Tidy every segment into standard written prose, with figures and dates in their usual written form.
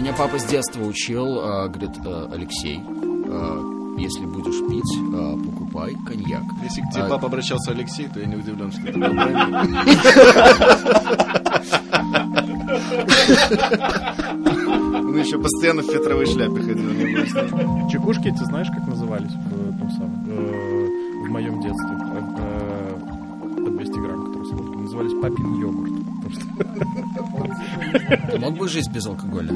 Меня папа с детства учил, говорит, Алексей, если будешь пить, покупай коньяк. Если к тебе папа обращался Алексей, то я не удивлен, что это был Он еще постоянно в фетровой шляпе ходил. Чекушки, ты знаешь, как назывались в моем детстве? По 200 грамм, которые сколько? Назывались папин йогурт. Ты мог бы жить без алкоголя?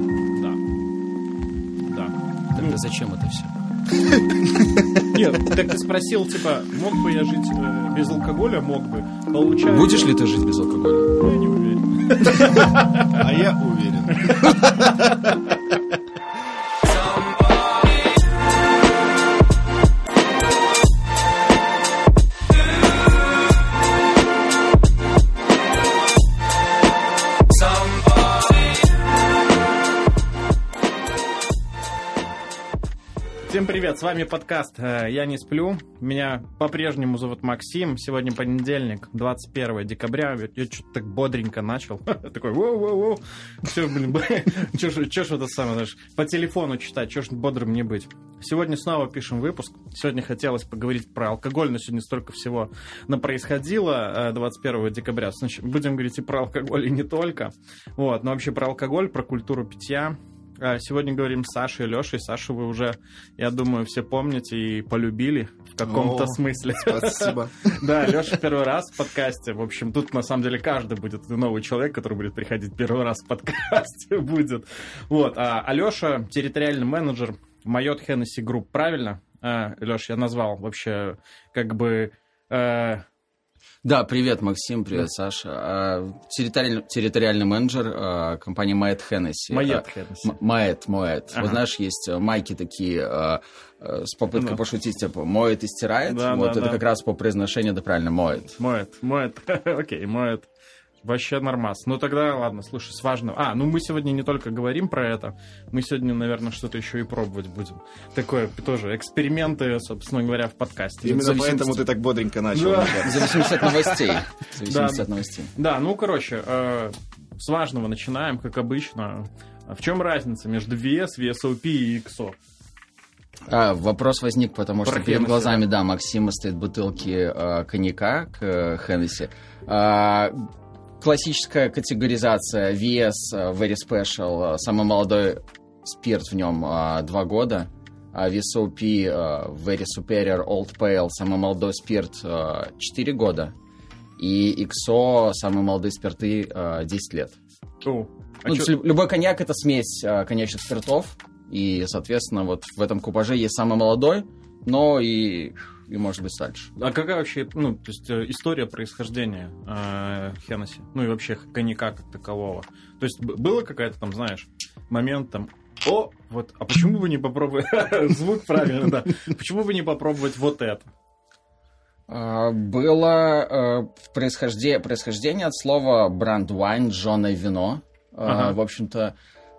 Да. Тогда зачем это все? Нет, так ты спросил, типа, мог бы я жить без алкоголя? Мог бы. Получается... Будешь ли ты жить без алкоголя? Я не уверен. А я уверен. Всем привет, с вами подкаст «Я не сплю». Меня по-прежнему зовут Максим. Сегодня понедельник, 21 декабря. Я что-то так бодренько начал. Такой, воу-воу-воу. Че, блин, че ж это самое, знаешь, по телефону читать, че ж бодрым не быть. Сегодня снова пишем выпуск. Сегодня хотелось поговорить про алкоголь, но сегодня столько всего происходило 21 декабря. Значит, будем говорить и про алкоголь, и не только. Вот, но вообще про алкоголь, про культуру питья. Сегодня говорим с Сашей и Лешей. Сашу вы уже, я думаю, все помните и полюбили в каком-то смысле. Спасибо. Да, Леша первый раз в подкасте. В общем, тут на самом деле каждый будет новый человек, который будет приходить первый раз в подкасте будет. Вот. А Леша территориальный менеджер Майот Hennessy Group, правильно? Леш, я назвал вообще как бы... Да, привет, Максим, привет, Саша. Территориальный менеджер компании Moet Hennessy. Moet. Ага. Вот знаешь, есть майки такие с попыткой пошутить, типа, моет и стирает. Да, вот да, это как раз по произношению, это правильно, Moet. Окей, Moet. Вообще нормас. Ну тогда, ладно, слушай, с важным... ну мы сегодня не только говорим про это, мы сегодня, наверное, что-то еще и пробовать будем. Такое тоже эксперименты, собственно говоря, в подкасте. Именно поэтому ты так бодренько начал. Да. В зависимости от новостей. Да, ну, короче, с важного начинаем, как обычно. В чем разница между VS, VSOP и XO? Вопрос возник, потому что перед глазами, да, Максима стоят бутылки коньяка к Hennessy. Классическая категоризация VS, Very Special, самый молодой спирт в нем 2 года, а VSOP, Very Superior, Old Pale, самый молодой спирт 4 года, и XO, самые молодые спирты 10 лет. Любой коньяк — это смесь коньячных спиртов, и, соответственно, вот в этом купаже есть самый молодой, но и может быть дальше. А какая вообще, то есть история происхождения Hennessy, и вообще коньяка как такового? То есть было какая-то там, знаешь, момент там, а почему бы не попробовать, звук правильно, да, почему бы не попробовать вот это? Было происхождение от слова брандвайн, жженое вино. В общем-то,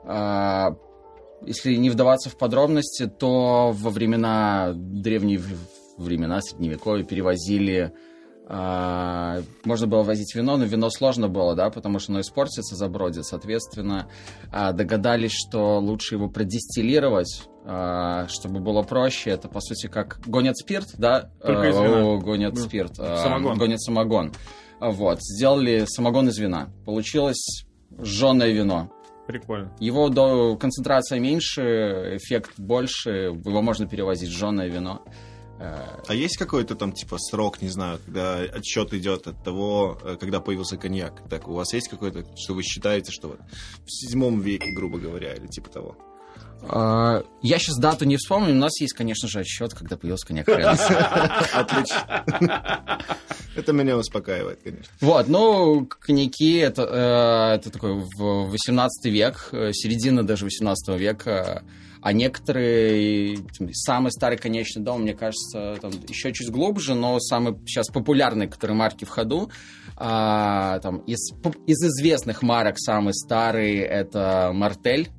если не вдаваться в подробности, то во древние времена, средневековья, перевозили... можно было возить вино, но вино сложно было, да, потому что оно испортится, забродит. Соответственно, догадались, что лучше его продистиллировать, чтобы было проще. Это, по сути, как гонят спирт, да? Гонят спирт. Гонят самогон. Вот. Сделали самогон из вина. Получилось жженое вино. Прикольно. Его концентрация меньше, эффект больше, его можно перевозить, жженое вино. А есть какой-то там, типа, срок, не знаю, когда отсчет идет от того, когда появился коньяк? Так, у вас есть какой-то, что вы считаете, что в 7 веке, грубо говоря, или типа того? Я сейчас дату не вспомню, у нас есть, конечно же, отсчет, когда появился коньяк Hennessy. Отлично. Это меня успокаивает, конечно. Вот, коньяки это такой 18 век, середина даже 18 века. А некоторые, самый старый коньячный дом, мне кажется, там еще чуть глубже, но самый сейчас популярный, который марки в ходу, из известных марок самый старый это Мартель.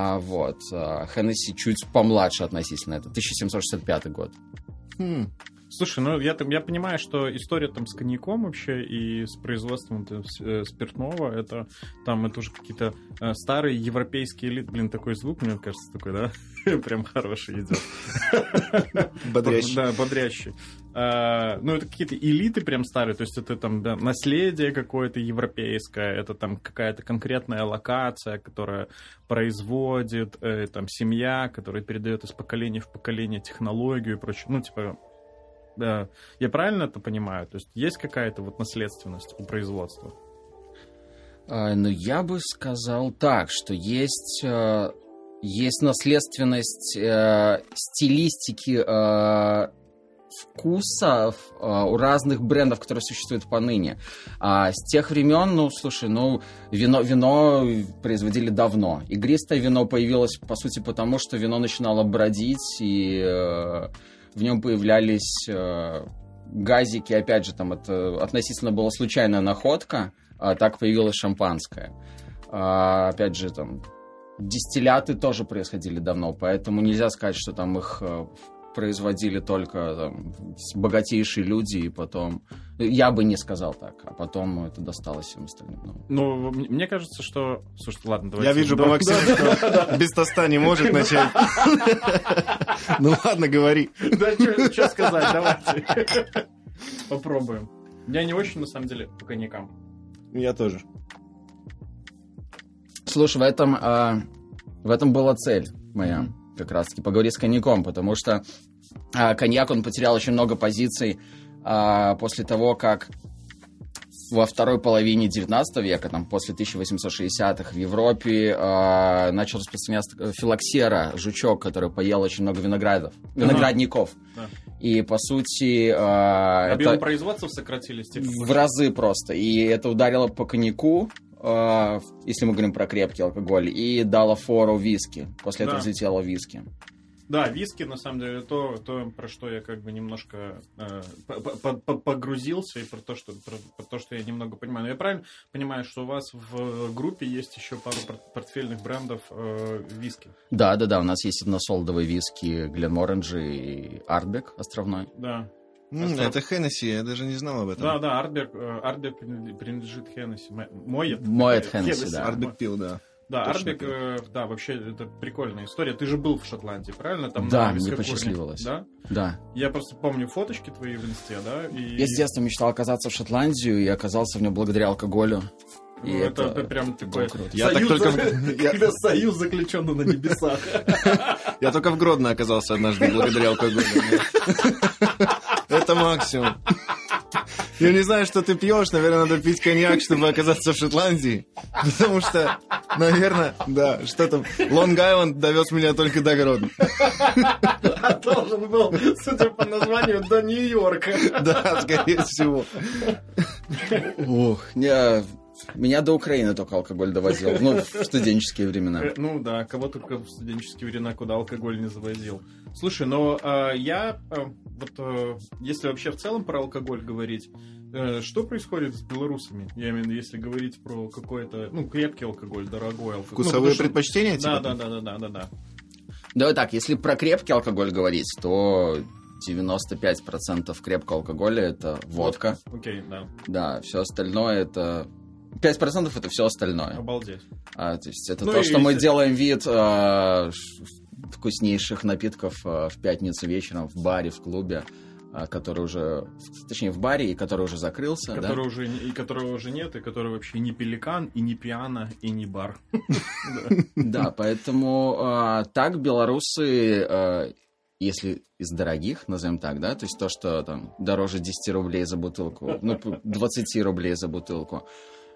Hennessy чуть помладше относительно, это 1765 год. Слушай, ну я понимаю, что история там с коньяком вообще и с производством спиртного, это уже какие-то старые европейские элиты. Блин, такой звук, мне кажется, такой, да? Прям хороший идет. Бодрящий. Да, бодрящий. Ну, это какие-то элиты прям старые, то есть это там наследие какое-то европейское, это там какая-то конкретная локация, которая производит, там семья, которая передает из поколения в поколение технологию и прочее. Ну, типа, да, я правильно это понимаю? То есть есть какая-то вот наследственность у производства? Ну, я бы сказал так, что есть наследственность стилистики вкусов у разных брендов, которые существуют поныне. С тех времен, ну, слушай, вино производили давно. Игристое вино появилось, по сути, потому что вино начинало бродить, и в нем появлялись газики. Опять же, там это относительно была случайная находка, а так появилось шампанское. Опять же, там дистилляты тоже происходили давно, поэтому нельзя сказать, что там их производили только там богатейшие люди, и потом... Я бы не сказал так, а потом это досталось всем остальным. Ну, мне кажется, что... Слушайте, ладно, давайте... Я вижу по Максиму, что без тоста не может начать. Ну ладно, говори. Да, что сказать, давайте. Попробуем. Я не очень, на самом деле, по коньякам. Я тоже. Слушай, в этом была цель моя, как раз-таки, поговорить с коньяком, потому что коньяк, он потерял очень много позиций после того, как во второй половине 19 века, там, после 1860-х, в Европе начал распространяться филоксера, жучок, который поел очень много виноградников. Да. И, по сути... Объемы производства сократились? В разы просто. И это ударило по коньяку, если мы говорим про крепкий алкоголь, и дало фору виски. После этого взлетело виски. Да, виски, на самом деле, то, про что я как бы немножко погрузился, и про то, что я немного понимаю. Но я правильно понимаю, что у вас в группе есть еще пару портфельных брендов виски? Да, у нас есть односолодовые виски Гленморенджи и Артбек островной. Да. Это Хеннесси, я даже не знал об этом. Да, Артбек принадлежит Хеннесси. Моет Хеннесси, да. Артбек пил, да. Да, Артбек, да, вообще, это прикольная история. Ты же был в Шотландии, правильно? Там да, мне посчастливилось. Да? Да. Я просто помню фоточки твои в инсте, да? Я с детства мечтал оказаться в Шотландию, и оказался в ней благодаря алкоголю. И это прям такой когда союз заключен на небесах. Я только в Гродно оказался однажды благодаря алкоголю. Это максимум. Я не знаю, что ты пьешь. Наверное, надо пить коньяк, чтобы оказаться в Шотландии. Потому что, наверное, да, что там, Лонг-Айленд довез меня только до Гродно. А должен был, судя по названию, до Нью-Йорка. Да, скорее всего. Меня до Украины только алкоголь довозил. Ну, в студенческие времена. Ну да, кого только в студенческие времена, куда алкоголь не завозил. Слушай, но если вообще в целом про алкоголь говорить, что происходит с белорусами? Я имею в виду, если говорить про какой-то, крепкий алкоголь, дорогой алкоголь. Вкусовые предпочтения? Да. Давай так, если про крепкий алкоголь говорить, то 95% крепкого алкоголя — это водка. Окей, да. Да, все остальное — это... 5% это все остальное. Обалдеть. То есть это то, что мы делаем вид вкуснейших напитков в пятницу вечером в баре, в клубе, который уже... Точнее, в баре, и который уже закрылся. Которого уже нет, и который вообще не пеликан, и не пиано, и не бар. Да, поэтому так белорусы... Если из дорогих, назовем так, да, то есть то, что там дороже 10 рублей за бутылку, 20 рублей за бутылку.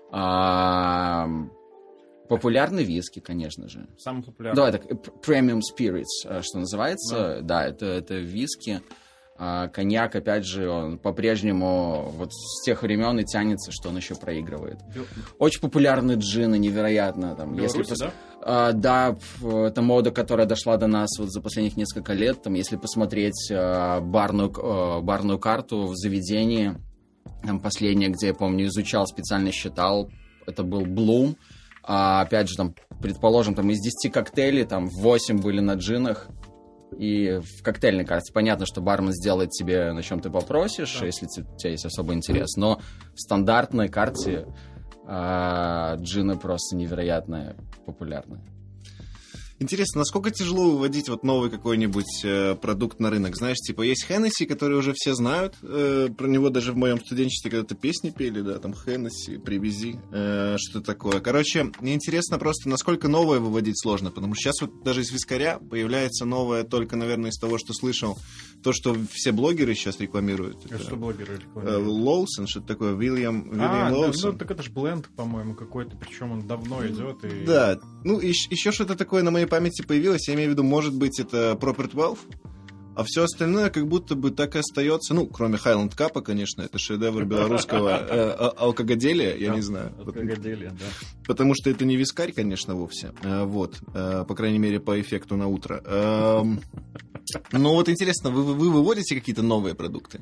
Популярны виски, конечно же. Самый популярный. Давай так, Premium Spirits, что называется. Да, это виски. Коньяк, опять же, он по-прежнему вот с тех времен и тянется, что он еще проигрывает. Очень популярны джины, невероятно. Там, Беларуси, да? Да, это мода, которая дошла до нас вот за последних несколько лет. Там, если посмотреть барную карту в заведении, там, последнее, где я помню, изучал, специально считал, это был Bloom. Опять же, там, предположим, там, из 10 коктейлей, там, 8 были на джинах. И в коктейльной карте понятно, что бармен сделает тебе, на чем ты попросишь, если у тебя есть особый интерес. Но в стандартной карте джины просто невероятно популярны. Интересно, насколько тяжело выводить вот новый какой-нибудь продукт на рынок? Знаешь, типа есть Хеннесси, который уже все знают, про него даже в моем студенчестве когда-то песни пели, да, там Хеннесси, привези, что такое. Короче, мне интересно просто, насколько новое выводить сложно, потому что сейчас вот даже из вискаря появляется новое только, наверное, из того, что слышал, то, что все блогеры сейчас рекламируют. А что блогеры рекламируют? Лоусон, что-то такое, Вильям Лоусон. Ну, так это же бленд, по-моему, какой-то, причем он давно идет. И... Да, ну, еще что-то такое на моей памяти появилось, я имею в виду, может быть, это Proper 12, а все остальное как будто бы так и остается, ну, кроме Highland Cup, конечно, это шедевр белорусского алкогоделия, я не знаю. Алкогоделия, да. Потому что это не вискарь, конечно, вовсе, вот, по крайней мере, по эффекту на утро. Ну, вот интересно, вы выводите какие-то новые продукты?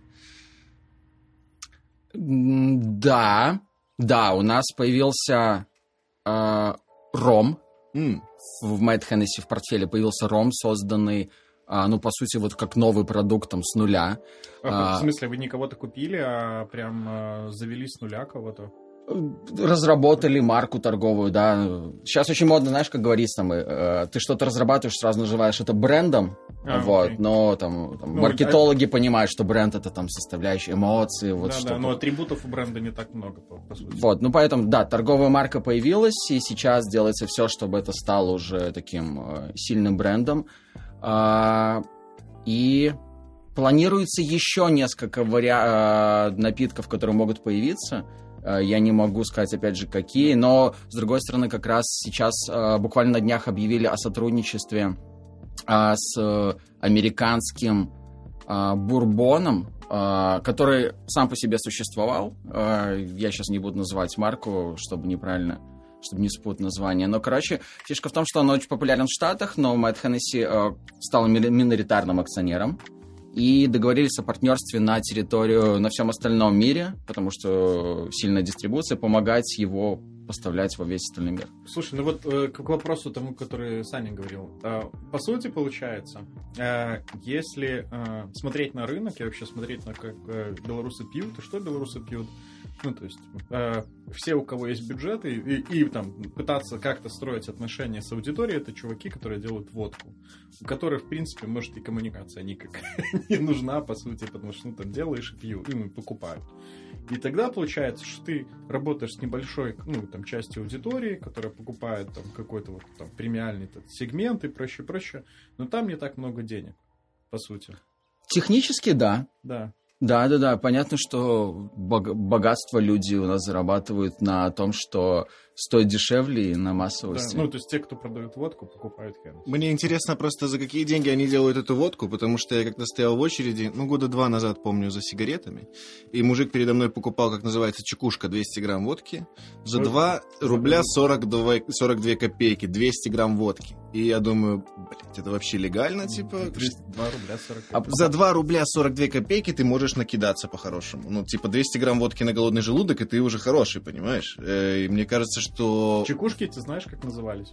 Да, у нас появился ром. В Mad Hennessy в портфеле появился ром, созданный, ну, по сути, вот как новый продукт там с нуля. В смысле, вы не кого-то купили, а прям завели с нуля кого-то? Разработали марку торговую, да. Сейчас очень модно, знаешь, как говорится, там, ты что-то разрабатываешь, сразу называешь это брендом, вот, окей. Но там маркетологи понимают, что бренд — это там составляющая эмоции, вот да, что. Да, но атрибутов у бренда не так много, по сути. Вот, ну поэтому, да, торговая марка появилась, и сейчас делается все, чтобы это стало уже таким сильным брендом. И планируется еще несколько напитков, которые могут появиться. Я не могу сказать, опять же, какие, но, с другой стороны, как раз сейчас буквально на днях объявили о сотрудничестве с американским бурбоном, который сам по себе существовал. Я сейчас не буду называть марку, чтобы не спутать название. Но, короче, фишка в том, что он очень популярен в Штатах, но Mad Hennessy стал миноритарным акционером. И договорились о партнерстве на всем остальном мире, потому что сильная дистрибуция, помогать его поставлять во весь остальной мир. Слушай, ну вот к вопросу тому, который Саня говорил. По сути, получается, если смотреть на рынок и вообще смотреть на как белорусы пьют, и что белорусы пьют, ну, то есть все, у кого есть бюджеты, и там пытаться как-то строить отношения с аудиторией, это чуваки, которые делают водку, у которых, в принципе, может, и коммуникация никакая не нужна, по сути, потому что, ну, там, делаешь и пьют, и покупают. И тогда получается, что ты работаешь с небольшой, ну, там, частью аудитории, которая покупает там какой-то вот там премиальный сегмент и прочее, но там не так много денег, по сути. Технически, да. Да. Да. Понятно, что богатство люди у нас зарабатывают на том, что стоит дешевле и на массовости. Да, ну, то есть те, кто продают водку, покупают Хеннесси. Мне интересно просто, за какие деньги они делают эту водку, потому что я как-то стоял в очереди, ну, 2 года назад, помню, за сигаретами, и мужик передо мной покупал, как называется, чекушка, 200 грамм водки, за 2 рубля 42 копейки, 200 грамм водки. И я думаю, блядь, это вообще легально, типа? 2 рубля 40 копеек. За 2 рубля 42 копейки ты можешь накидаться по-хорошему. Ну, типа, 200 грамм водки на голодный желудок, и ты уже хороший, понимаешь? И мне кажется, что... Чекушки, ты знаешь, как назывались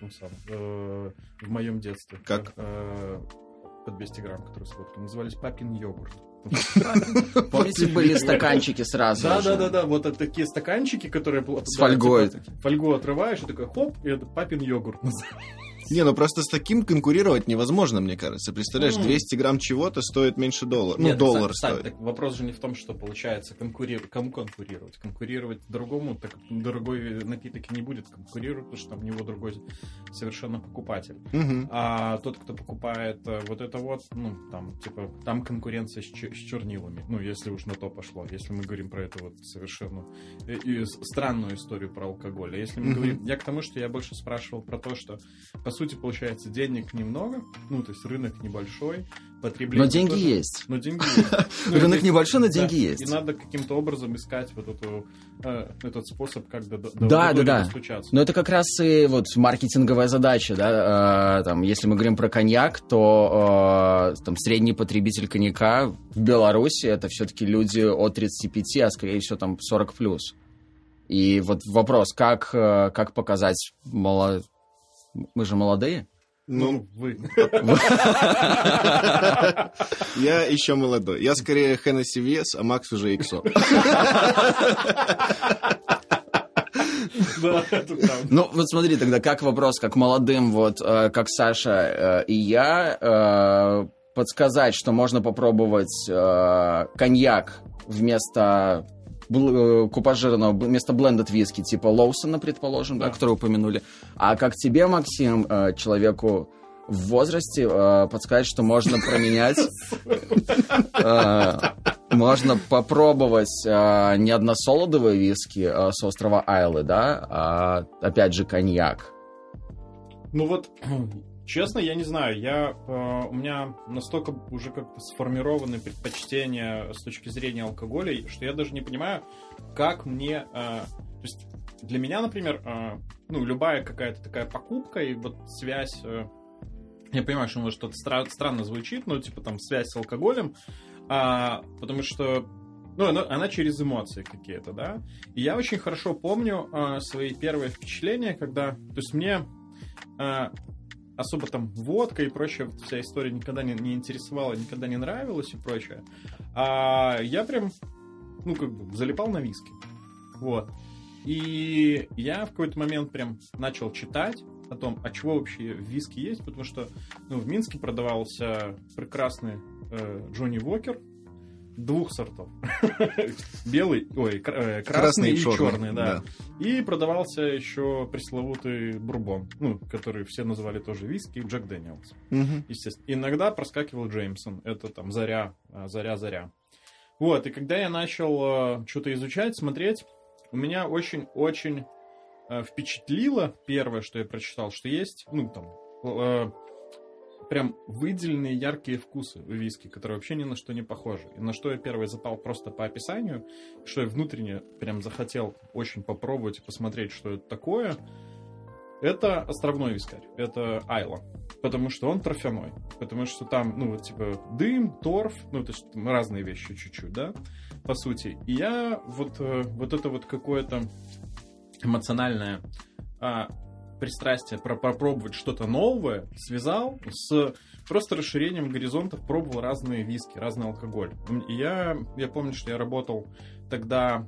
в моем детстве? Как? По 200 грамм, которые с водкой. Назывались папин йогурт. Помните, были стаканчики сразу? Да. Вот это такие стаканчики, которые... С фольгой. Фольгу отрываешь, и такой хоп, и это папин йогурт называется. Не, ну просто с таким конкурировать невозможно, мне кажется. Представляешь, 200 грамм чего-то стоит меньше доллара. Нет, доллар Сань, стоит. Так вопрос же не в том, что получается кому конкурировать. Конкурировать другому, так дорогой напиток не будет конкурировать, потому что там у него другой совершенно покупатель. А тот, кто покупает вот это вот, ну, там, типа, там конкуренция с чернилами. Ну, если уж на то пошло. Если мы говорим про эту вот совершенно странную историю про алкоголь. А если мы говорим... Я к тому, что я больше спрашивал про то, что по сути, получается, денег немного, ну, то есть рынок небольшой, потребление... Но деньги есть. Но деньги есть. Рынок небольшой, но деньги есть. И надо каким-то образом искать вот этот способ, как до достучаться. Но это как раз и вот маркетинговая задача, да, там, если мы говорим про коньяк, то там средний потребитель коньяка в Беларуси это все-таки люди от 35, а скорее всего там 40+. И вот вопрос, как показать Мы же молодые. Ну, вы. Я еще молодой. Я скорее Hennessy VS, а Макс уже XO. Ну, вот смотри, тогда как вопрос, как молодым, вот, как Саша и я, подсказать, что можно попробовать коньяк вместо купажированного, вместо блендед виски, типа Лоусона, предположим, да, который упомянули. А как тебе, Максим, человеку в возрасте, подсказать, что можно променять... Можно попробовать не односолодовые виски с острова Айлы, да, а опять же коньяк. Ну вот, честно, я не знаю. У меня настолько уже как-то сформированы предпочтения с точки зрения алкоголя, что я даже не понимаю, как мне... То есть для меня, например, любая какая-то такая покупка и вот связь... Я понимаю, что может что-то странно звучит, но типа там связь с алкоголем, потому что она через эмоции какие-то, да. И я очень хорошо помню свои первые впечатления, когда... То есть мне особо там водка и прочее, вся история никогда не интересовала, никогда не нравилась и прочее. А я прям, залипал на виски. Вот. И я в какой-то момент прям начал читать о том, а чего вообще в виски есть, потому что в Минске продавался прекрасный Джонни Уокер двух сортов. Красный и черный, да. И продавался еще пресловутый бурбон, который все называли тоже виски, Джек Дэниелс. Естественно. Иногда проскакивал Джеймсон, это там заря. Вот, и когда я начал что-то изучать, смотреть, у меня очень-очень впечатлило первое, что я прочитал, что есть, прям выделенные яркие вкусы в виски, которые вообще ни на что не похожи. И на что я первый запал просто по описанию, что я внутренне прям захотел очень попробовать и посмотреть, что это такое, это островной вискарь, это Айла. Потому что он торфяной. Потому что там, дым, торф, то есть разные вещи чуть-чуть, да, по сути. И я вот это вот какое-то эмоциональное пристрастие попробовать что-то новое связал с просто расширением горизонтов, пробовал разные виски, разный алкоголь. И я помню, что я работал тогда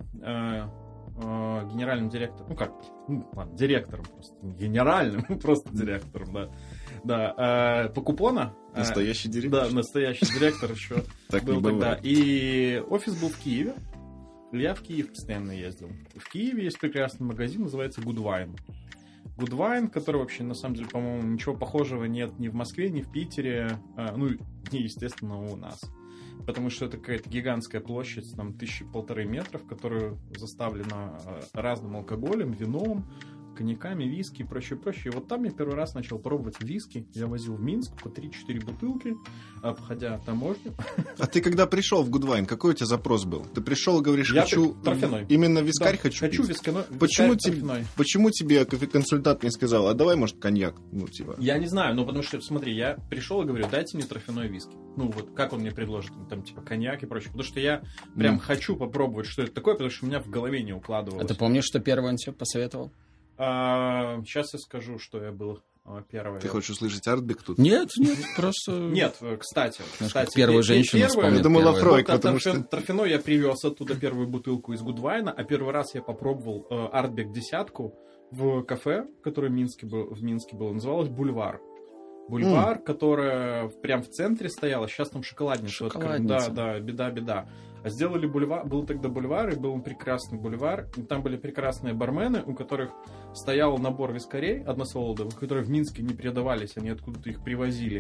генеральным директором, директором просто, генеральным, просто директором, да, по купона. Настоящий директор. Да, настоящий директор еще был тогда. И офис был в Киеве. Я в Киев постоянно ездил. В Киеве есть прекрасный магазин, называется Good Wine. Good Wine, который вообще, на самом деле, по-моему, ничего похожего нет ни в Москве, ни в Питере, и, естественно, у нас. Потому что это какая-то гигантская площадь, там, 1,5 метров, которая заставлена разным алкоголем, вином, коньяками, виски и прочее. И вот там я первый раз начал пробовать виски. Я возил в Минск по 3-4 бутылки, обходя таможню. А ты когда пришел в Good Wine, какой у тебя запрос был? Ты пришел и говоришь, хочу... торфяной. Именно вискарь хочу пить. Почему тебе консультант не сказал, а давай, может, коньяк? Я не знаю, потому что, смотри, я пришел и говорю, дайте мне торфяной виски. Как он мне предложит, там, коньяк и прочее. Потому что я прям хочу попробовать, что это такое, потому что у меня в голове не укладывалось. А ты помнишь, что первый он тебе посоветовал? Сейчас я скажу, что я был первый. Ты хочешь услышать Артбек тут? Нет, просто... Нет, кстати. Первую женщину вспомнил. Я думал, Лафройк, потому что... Торфяной я привез оттуда первую бутылку из Гудвайна, а первый раз я попробовал Артбек 10 в кафе, которое в Минске было, называлось «Бульвар». Бульвар, которая прям в центре стояла, сейчас там шоколадница. Да, беда. А сделали бульвар, был тогда бульвар, и был прекрасный бульвар, и там были прекрасные бармены, у которых стоял набор вискарей односолодовых, которые в Минске не продавались, они откуда-то их привозили.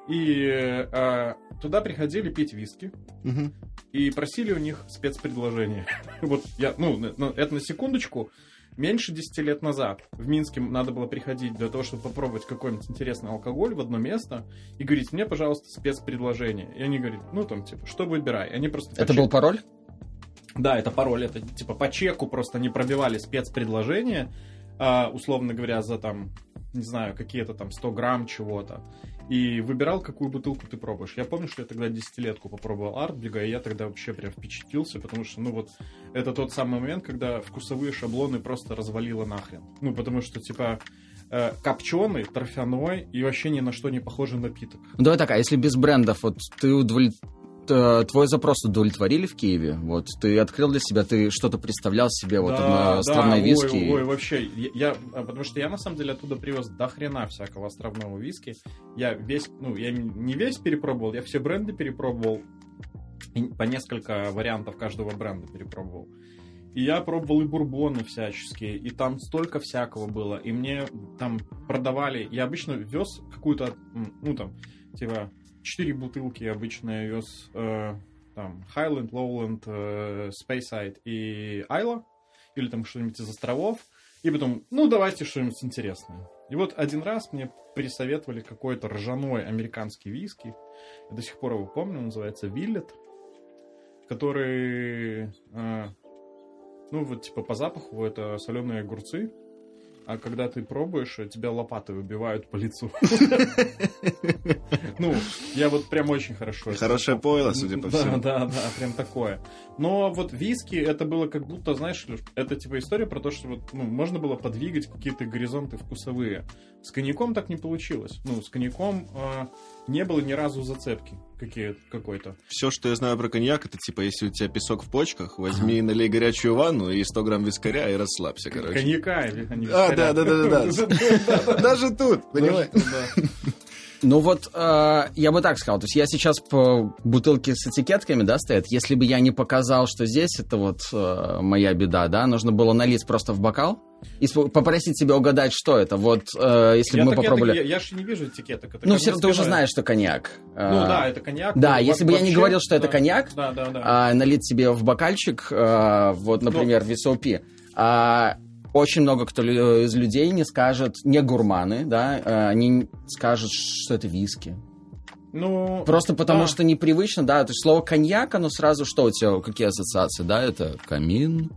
И туда приходили пить виски, и просили у них спецпредложения. Вот я, это на секундочку. Меньше 10 лет назад в Минске надо было приходить для того, чтобы попробовать какой-нибудь интересный алкоголь в одно место и говорить, мне, пожалуйста, спецпредложение. И они говорят, что выбирай. Они просто это был пароль? Да, это пароль. Это по чеку просто они пробивали спецпредложение, условно говоря, за там, не знаю, какие-то там 100 грамм чего-то. И выбирал, какую бутылку ты пробуешь. Я помню, что я тогда 10-летку попробовал Артбега, и я тогда вообще прям впечатлился, потому что, это тот самый момент, когда вкусовые шаблоны просто развалило нахрен. Потому что, копченый, торфяной и вообще ни на что не похожий напиток. Ну, давай так, а если без брендов, вот ты твой запрос удовлетворили в Киеве? Вот ты открыл для себя, ты что-то представлял себе, вот островной виски? Ой, вообще, потому что я на самом деле оттуда привез до хрена всякого островного виски. Я не весь перепробовал, я все бренды перепробовал, по несколько вариантов каждого бренда перепробовал. И я пробовал и бурбоны всяческие, и там столько всякого было. И мне там продавали... Я обычно вез какую-то, 4 бутылки обычно я вез, Highland, Lowland, Speyside и Isla, или там что-нибудь из островов. И потом, давайте что-нибудь интересное. И вот один раз мне присоветовали какой-то ржаной американский виски. Я до сих пор его помню, он называется Willet, который... по запаху это соленые огурцы, а когда ты пробуешь, тебя лопатой убивают по лицу. Я вот прям очень хорошо... Хорошее пойло, судя по всему. Да, прям такое. Но вот виски, это было как будто, знаешь, это типа история про то, что можно было подвигать какие-то горизонты вкусовые. С коньяком так не получилось. С коньяком не было ни разу зацепки какой-то. Все, что я знаю про коньяк, это типа, если у тебя песок в почках, возьми, налей горячую ванну и 100 грамм вискаря и расслабься, короче. Коньяка, а не вискаря. Да. Даже тут, понимаешь? Я бы так сказал, то есть я сейчас по бутылке с этикетками, да, стоят, если бы я не показал, что здесь это вот моя беда, да, нужно было налить просто в бокал и попросить себя угадать, что это, если бы мы попробовали... Я же не вижу этикеток. все равно ты уже знаешь, что коньяк. Это коньяк. Да, если бы я не говорил, что это коньяк, налить себе в бокальчик, например, VSOP, очень много кто из людей не скажет, не гурманы, да, они скажут, что это виски. Просто потому что непривычно, да, то есть слово коньяк, оно сразу, что у тебя, какие ассоциации, да, это камин.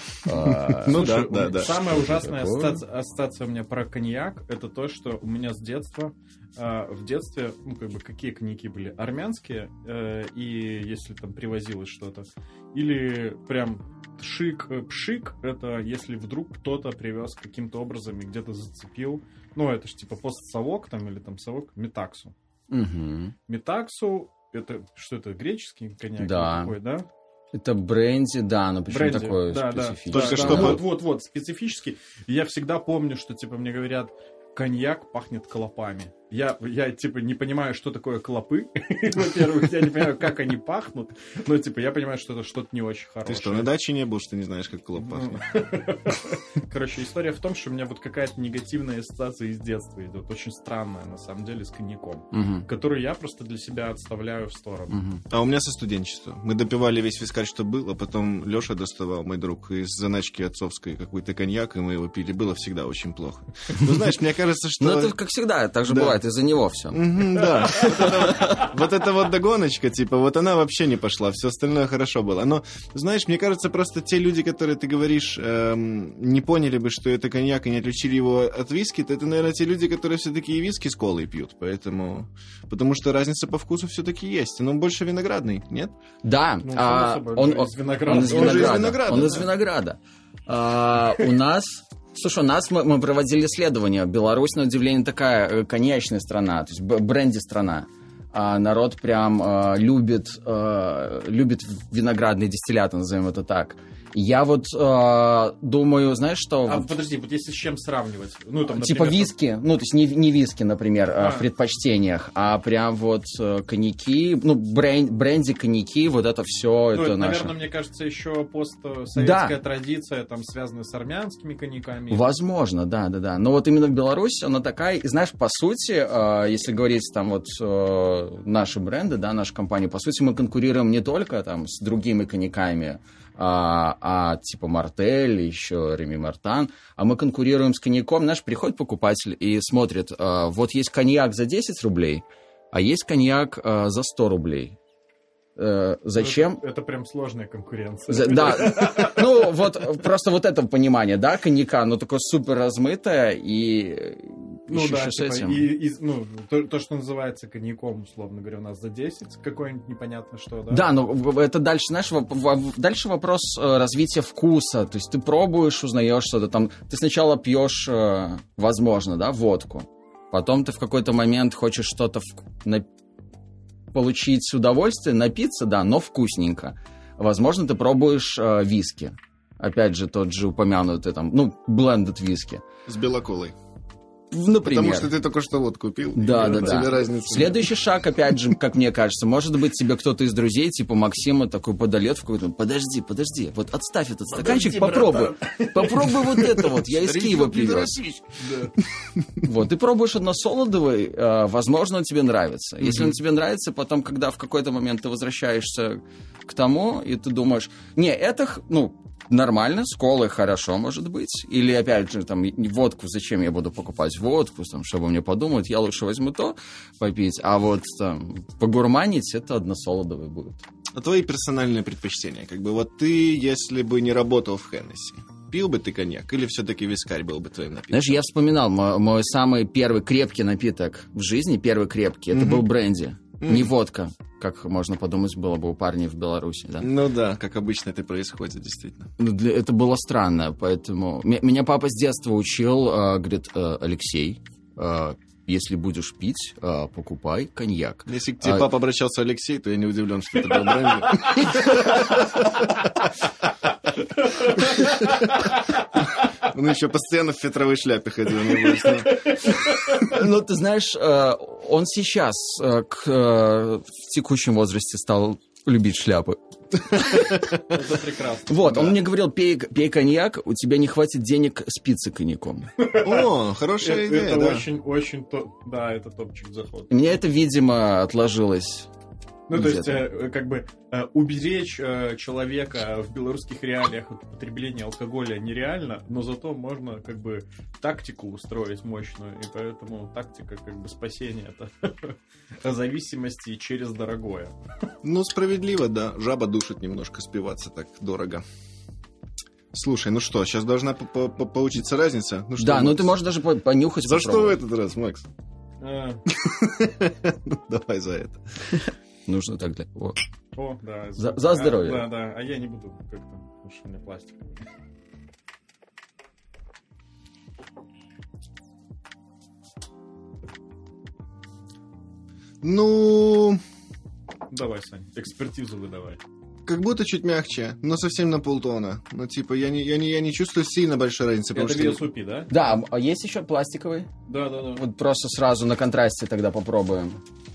Да. Самая ужасная ассоциация у меня про коньяк, это то, что у меня с детства, в детстве, какие коньяки были? Армянские, и если там привозилось что-то, или прям пшик, это если вдруг кто-то привез каким-то образом и где-то зацепил, это же типа постсовок там, или там совок, метаксу. Угу. Метаксу, это что это, греческий коньяк? Да. Такой, да? Это бренди, да, но почему такое специфическое? Только что... Вот, специфический. Я всегда помню, что, мне говорят, коньяк пахнет клопами. Я не понимаю, что такое клопы. Во-первых, я не понимаю, как они пахнут. Но, я понимаю, что это что-то не очень хорошее. Ты что, на даче не был, что не знаешь, как клоп пахнет? Короче, история в том, что у меня вот какая-то негативная ассоциация из детства идет. Очень странная, на самом деле, с коньяком. Которую я просто для себя отставляю в сторону. А у меня со студенчества. Мы допивали весь вискарь, что был, а потом Леша доставал, мой друг, из заначки отцовской какой-то коньяк, и мы его пили. Было всегда очень плохо. Знаешь, мне кажется, что... это, как всегда, так же бывает. Из-за него все. Да. Вот эта вот догоночка, она вообще не пошла, все остальное хорошо было. Но, знаешь, мне кажется, просто те люди, которые, ты говоришь, не поняли бы, что это коньяк, и не отличили его от виски, то это, наверное, те люди, которые все-таки и виски с колой пьют. Потому что разница по вкусу все-таки есть. Но он больше виноградный, нет? Да. Он из винограда. У нас... Слушай, мы проводили исследования. Беларусь, на удивление, такая коньячная страна, то есть бренди-страна. Народ прям любит виноградные дистилляты, назовем это так. Я думаю, знаешь, что... Подожди, если с чем сравнивать? Например, типа виски, то есть не виски, например, в предпочтениях, а прям коньяки, бренди, коньяки, это все, это наше. Наверное, мне кажется, еще постсоветская традиция, там, связанная с армянскими коньяками. Возможно, да. Но именно Беларусь, она такая, и знаешь, по сути, если говорить там наши бренды, да, наша компания, по сути, мы конкурируем не только там с другими коньяками, типа Мартель, еще Реми Мартан, а мы конкурируем с коньяком. Знаешь, приходит покупатель и смотрит, есть коньяк за 10 рублей, а есть коньяк за 100 рублей. Зачем? Это прям сложная конкуренция. Да, просто это понимание, да, коньяка, такое супер размытое, и Ну ищешь да, с типа, этим. то, что называется коньяком, условно говоря, у нас за 10, какое-нибудь непонятно что, да? Да, но это дальше, знаешь, дальше вопрос развития вкуса. То есть ты пробуешь, узнаешь что-то там. Ты сначала пьешь, возможно, да, водку. Потом ты в какой-то момент хочешь что-то получить удовольствие, напиться, да, но вкусненько. Возможно, ты пробуешь виски. Опять же, тот же упомянутый там, блендед виски. С белоколой. Например. Потому что ты только что водку пил. Да. Тебе разницы Следующий шаг, опять же, как мне кажется, может быть, тебе кто-то из друзей, типа Максима, такой подольет в какой-то... Подожди, вот отставь этот стаканчик, попробуй. Попробуй вот это вот, я из Киева привез. Вот, ты пробуешь односолодовый, возможно, он тебе нравится. Если он тебе нравится, потом, когда в какой-то момент ты возвращаешься к тому, и ты думаешь, нормально, с колой хорошо, может быть. Или, опять же, там, водку, зачем я буду покупать водку, там, чтобы мне подумать, я лучше возьму то попить, а вот там, погурманить, это односолодовый будет. А твои персональные предпочтения? Как бы вот ты, если бы не работал в Хеннесси, пил бы ты коньяк или все-таки вискарь был бы твоим напитком? Знаешь, я вспоминал, мой самый первый крепкий напиток в жизни, первый крепкий, это был бренди. Не водка, как можно подумать, было бы у парней в Беларуси, да? Ну да, как обычно это происходит, действительно. Это было странно, поэтому... Меня папа с детства учил, говорит, Алексей, если будешь пить, покупай коньяк. Если к тебе папа обращался Алексей, то я не удивлен, что это был бренди. Он еще постоянно в фетровой шляпе ходил, небось. Ну, ты знаешь, он сейчас в текущем возрасте стал любить шляпы. Это прекрасно. Вот, он мне говорил, пей коньяк, у тебя не хватит денег спиться коньяком. О, хорошая идея, это да. очень, да, это топчик заход. У меня это, видимо, отложилось. Ну, то есть, как бы, уберечь человека в белорусских реалиях от употребления алкоголя нереально, но зато можно, как бы, тактику устроить мощную, и поэтому тактика, как бы, спасения это зависимости через дорогое. Ну, справедливо, да. Жаба душит немножко спиваться так дорого. Слушай, ну что, сейчас должна получиться разница? Ну, что, да, Макс? ты можешь даже понюхать. За что в этот раз, Макс? Давай за это. Нужно тогда. О, да. За здоровье. Да. А я не буду как-то, потому что у меня пластик. Ну... Давай, Сань, экспертизу выдавай. Как будто чуть мягче, но совсем на полтона. Ну, типа, я не чувствую сильно большой разницы. Это VSOP, да? Да, а есть еще пластиковый? Да. Вот просто сразу на контрасте тогда попробуем.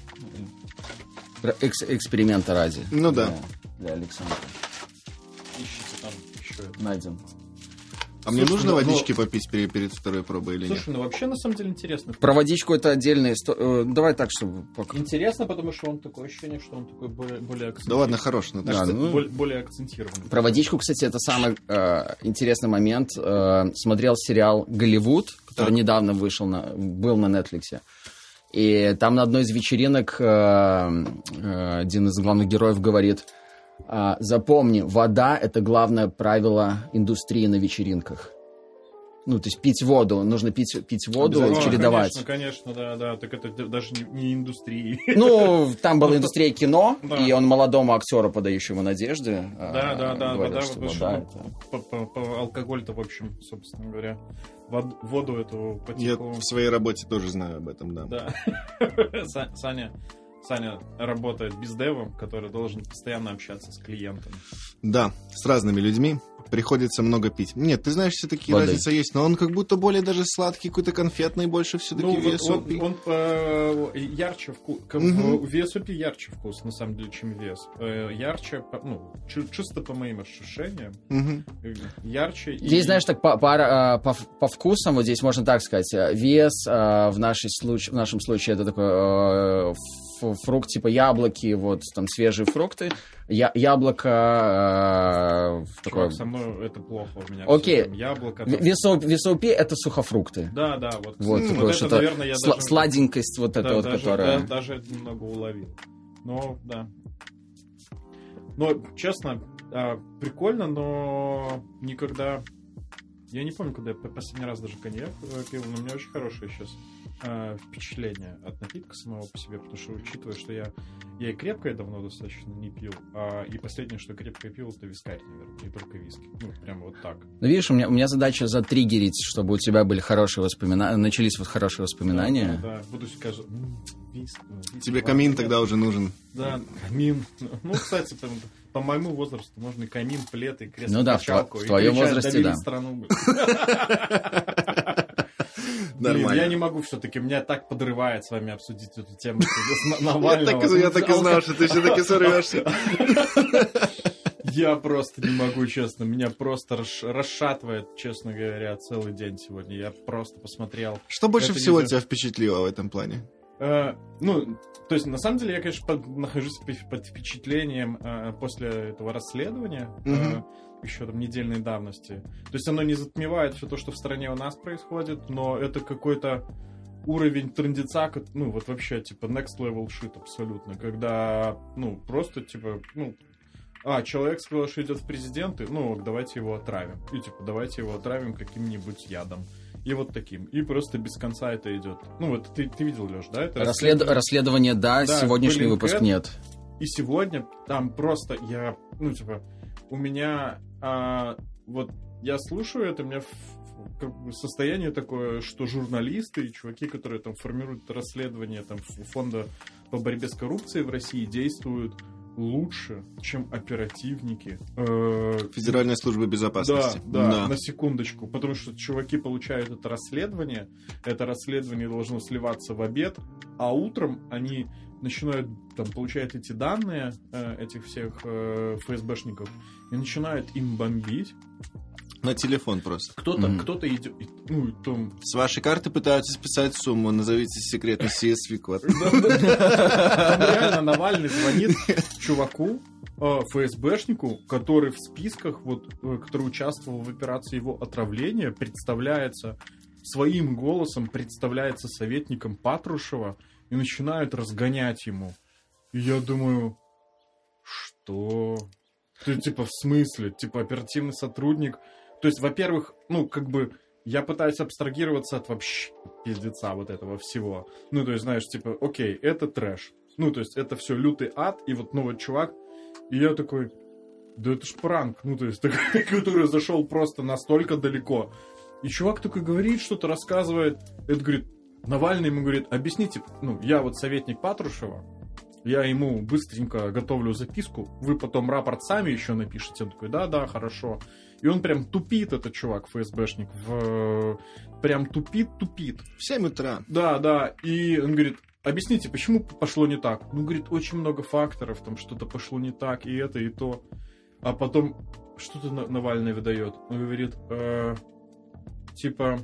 Эксперимента ради. Ну да. Для Александра. Ищите там еще. Найдем. А мне нужно водички попить перед второй пробой или нет? Слушай, ну вообще на самом деле интересно. Про водичку это отдельная история. Давай так, чтобы... Интересно, потому что он такое ощущение, что он такой более акцентированный. Да ладно, хорош. Более акцентированный. Про водичку, кстати, это самый интересный момент. Смотрел сериал «Голливуд», который недавно был на Netflix. И там на одной из вечеринок один из главных героев говорит: запомни, вода — это главное правило индустрии на вечеринках. Ну, то есть пить воду, нужно пить воду, чередовать. Конечно, да. Так это даже не индустрия. Ну, там была индустрия кино, и он молодому актеру, подающему надежды. Да, вода. Алкоголь-то, в общем, собственно говоря, воду эту потеку. Я в своей работе тоже знаю об этом, да. Да. Саня работает бездевом, который должен постоянно общаться с клиентами. Да, с разными людьми. Приходится много пить. Нет, ты знаешь, все-таки Воды. разница есть, но он как будто более даже сладкий, какой-то конфетный, больше все-таки VSOP. Он ярче вкус. В VSOP ярче вкус, на самом деле, чем вес. Ярче, чисто по моим ощущениям. Ярче. Здесь, знаешь, так по вкусам, вот здесь можно так сказать, вес в нашем случае это такой фрукт типа яблоки, вот там свежие фрукты. Яблоко... Чувак, со мной это плохо у меня. Окей. Яблоко... VSOP это сухофрукты. Да. Вот это, наверное, я даже... Сладенькость вот эта вот, которая... Даже немного уловил. Но, да. Но, честно, прикольно, но никогда Я не помню, когда я последний раз даже коньяк пил, но у меня очень хорошее сейчас впечатление от напитка самого по себе, потому что, учитывая, что я и крепкое давно достаточно не пил, и последнее, что крепкое пил, это вискарь, наверное, и только виски. Ну, прямо вот так. Ну, видишь, у меня задача затриггерить, чтобы у тебя были хорошие воспоминания, начались вот хорошие воспоминания. Да, буду сказать, виски. Тебе камин тогда уже нужен. Да, камин. Ну, кстати, по моему возрасту можно и камин, плед, и кресло. Ну да, в твоем возрасте, да. Нормально. Я не могу все-таки, меня так подрывает с вами обсудить эту тему Навального. Я так и знал, что ты все-таки сорвешься. Я просто не могу, честно. Меня просто расшатывает, честно говоря, целый день сегодня. Я просто посмотрел. Что больше всего тебя впечатлило в этом плане? Ну, то есть, на самом деле, я, конечно, нахожусь под впечатлением после этого расследования, еще там недельной давности. То есть, оно не затмевает все то, что в стране у нас происходит, но это какой-то уровень трындеца, ну, вот вообще, типа, next level shit абсолютно, когда, ну, просто, типа, ну, человек сказал, что идет в президенты, ну, давайте его отравим. И, типа, давайте его отравим каким-нибудь ядом. И вот таким. И просто без конца это идет. Ну, вот ты видел, Леш, да? Это расследование, да, сегодняшний выпуск нет. И сегодня там просто ну, типа, у меня... вот я слушаю это, у меня как бы состояние такое, что журналисты и чуваки, которые там формируют расследование там, фонда по борьбе с коррупцией в России, действуют лучше, чем оперативники Федеральной службы безопасности. Да, на секундочку. Потому что чуваки получают это расследование должно сливаться в обед, а утром они начинают там получать эти данные этих всех ФСБшников и начинают им бомбить. На телефон просто. Кто-то идет... Ну, там... С вашей карты пытаются списать сумму, назовите секретный CSV-код. Там реально Навальный звонит чуваку, ФСБшнику, который в списках, вот, который участвовал в операции его отравления, представляется своим голосом, представляется советником Патрушева и начинают разгонять ему. И я думаю, что... Ты, типа, в смысле? Типа, оперативный сотрудник... То есть, во-первых, ну, как бы, я пытаюсь абстрагироваться от вообще пиздеца вот этого всего. Ну, то есть, знаешь, типа, окей, это трэш. Ну, то есть, это все лютый ад, и вот новый чувак. И я такой, да это ж пранк. Ну, то есть, такой, который зашел просто настолько далеко. И чувак такой говорит, что-то рассказывает. Это, говорит, Навальный ему говорит, объясните, ну, я вот советник Патрушева, я ему быстренько готовлю записку, вы потом рапорт сами еще напишите. Он такой, да, хорошо. И он прям тупит, этот чувак, ФСБшник, прям тупит. В 7 утра. Да. И он говорит, объясните, почему пошло не так? Ну, говорит, очень много факторов, там что-то пошло не так, и это, и то. А потом что-то Навальный выдает. Он говорит, типа...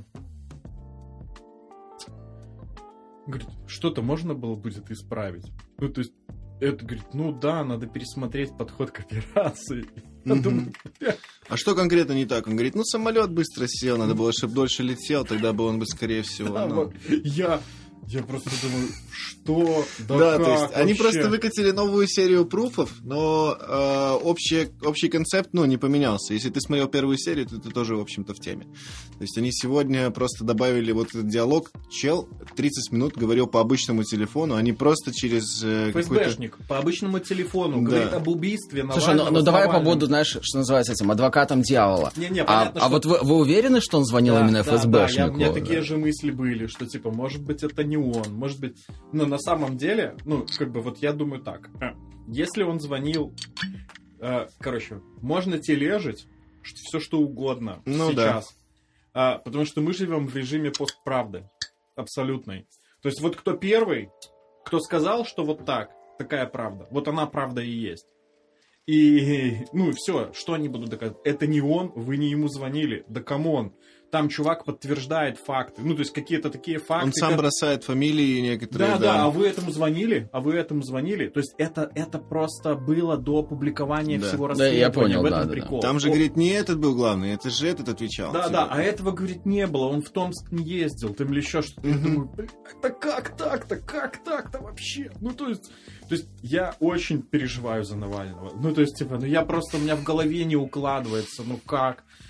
Говорит, что-то можно было будет исправить? Ну, то есть, это, говорит, ну да, надо пересмотреть подход к операции. Я думаю, а что конкретно не так? Он говорит, ну, самолет быстро сел, надо было, чтобы дольше летел, тогда бы он бы, скорее всего... Да, ну... Я просто думаю, что? Да, то есть они просто выкатили новую серию пруфов, но общий концепт, ну, не поменялся. Если ты смотрел первую серию, то ты тоже, в общем-то, в теме. То есть они сегодня просто добавили вот этот диалог. Чел 30 минут говорил по обычному телефону, они просто через... ФСБшник по обычному телефону говорит об убийстве Навального. Слушай, ну давай побуду, знаешь, что называется этим, адвокатом дьявола. Понятно, а вот вы уверены, что он звонил именно ФСБшнику? Да, у меня такие же мысли были, что, типа, может быть, это не он, может быть... Но на самом деле, ну, как бы, вот я думаю так. Если он звонил... короче, можно тележить все, что угодно сейчас. Да. Потому что мы живем в режиме постправды. Абсолютной. То есть вот кто первый, кто сказал, что вот так, такая правда, вот она правда и есть. И, ну, все, что они будут доказывать? Это не он, вы не ему звонили. Да камон. Там чувак подтверждает факты. Ну, то есть какие-то такие факты. Он сам бросает фамилии некоторые. Да, а вы этому звонили? То есть это просто было до публикования всего расследования. Да, я понял, в этом прикол. Там же, говорит, не этот был главный, это же этот отвечал. Да, а этого, говорит, не было. Он в Томск не ездил, там или еще что-то. Я думаю, да как так-то вообще? Ну, то есть я очень переживаю за Навального. Ну, то есть, типа, я просто, у меня в голове не укладывается, ну как?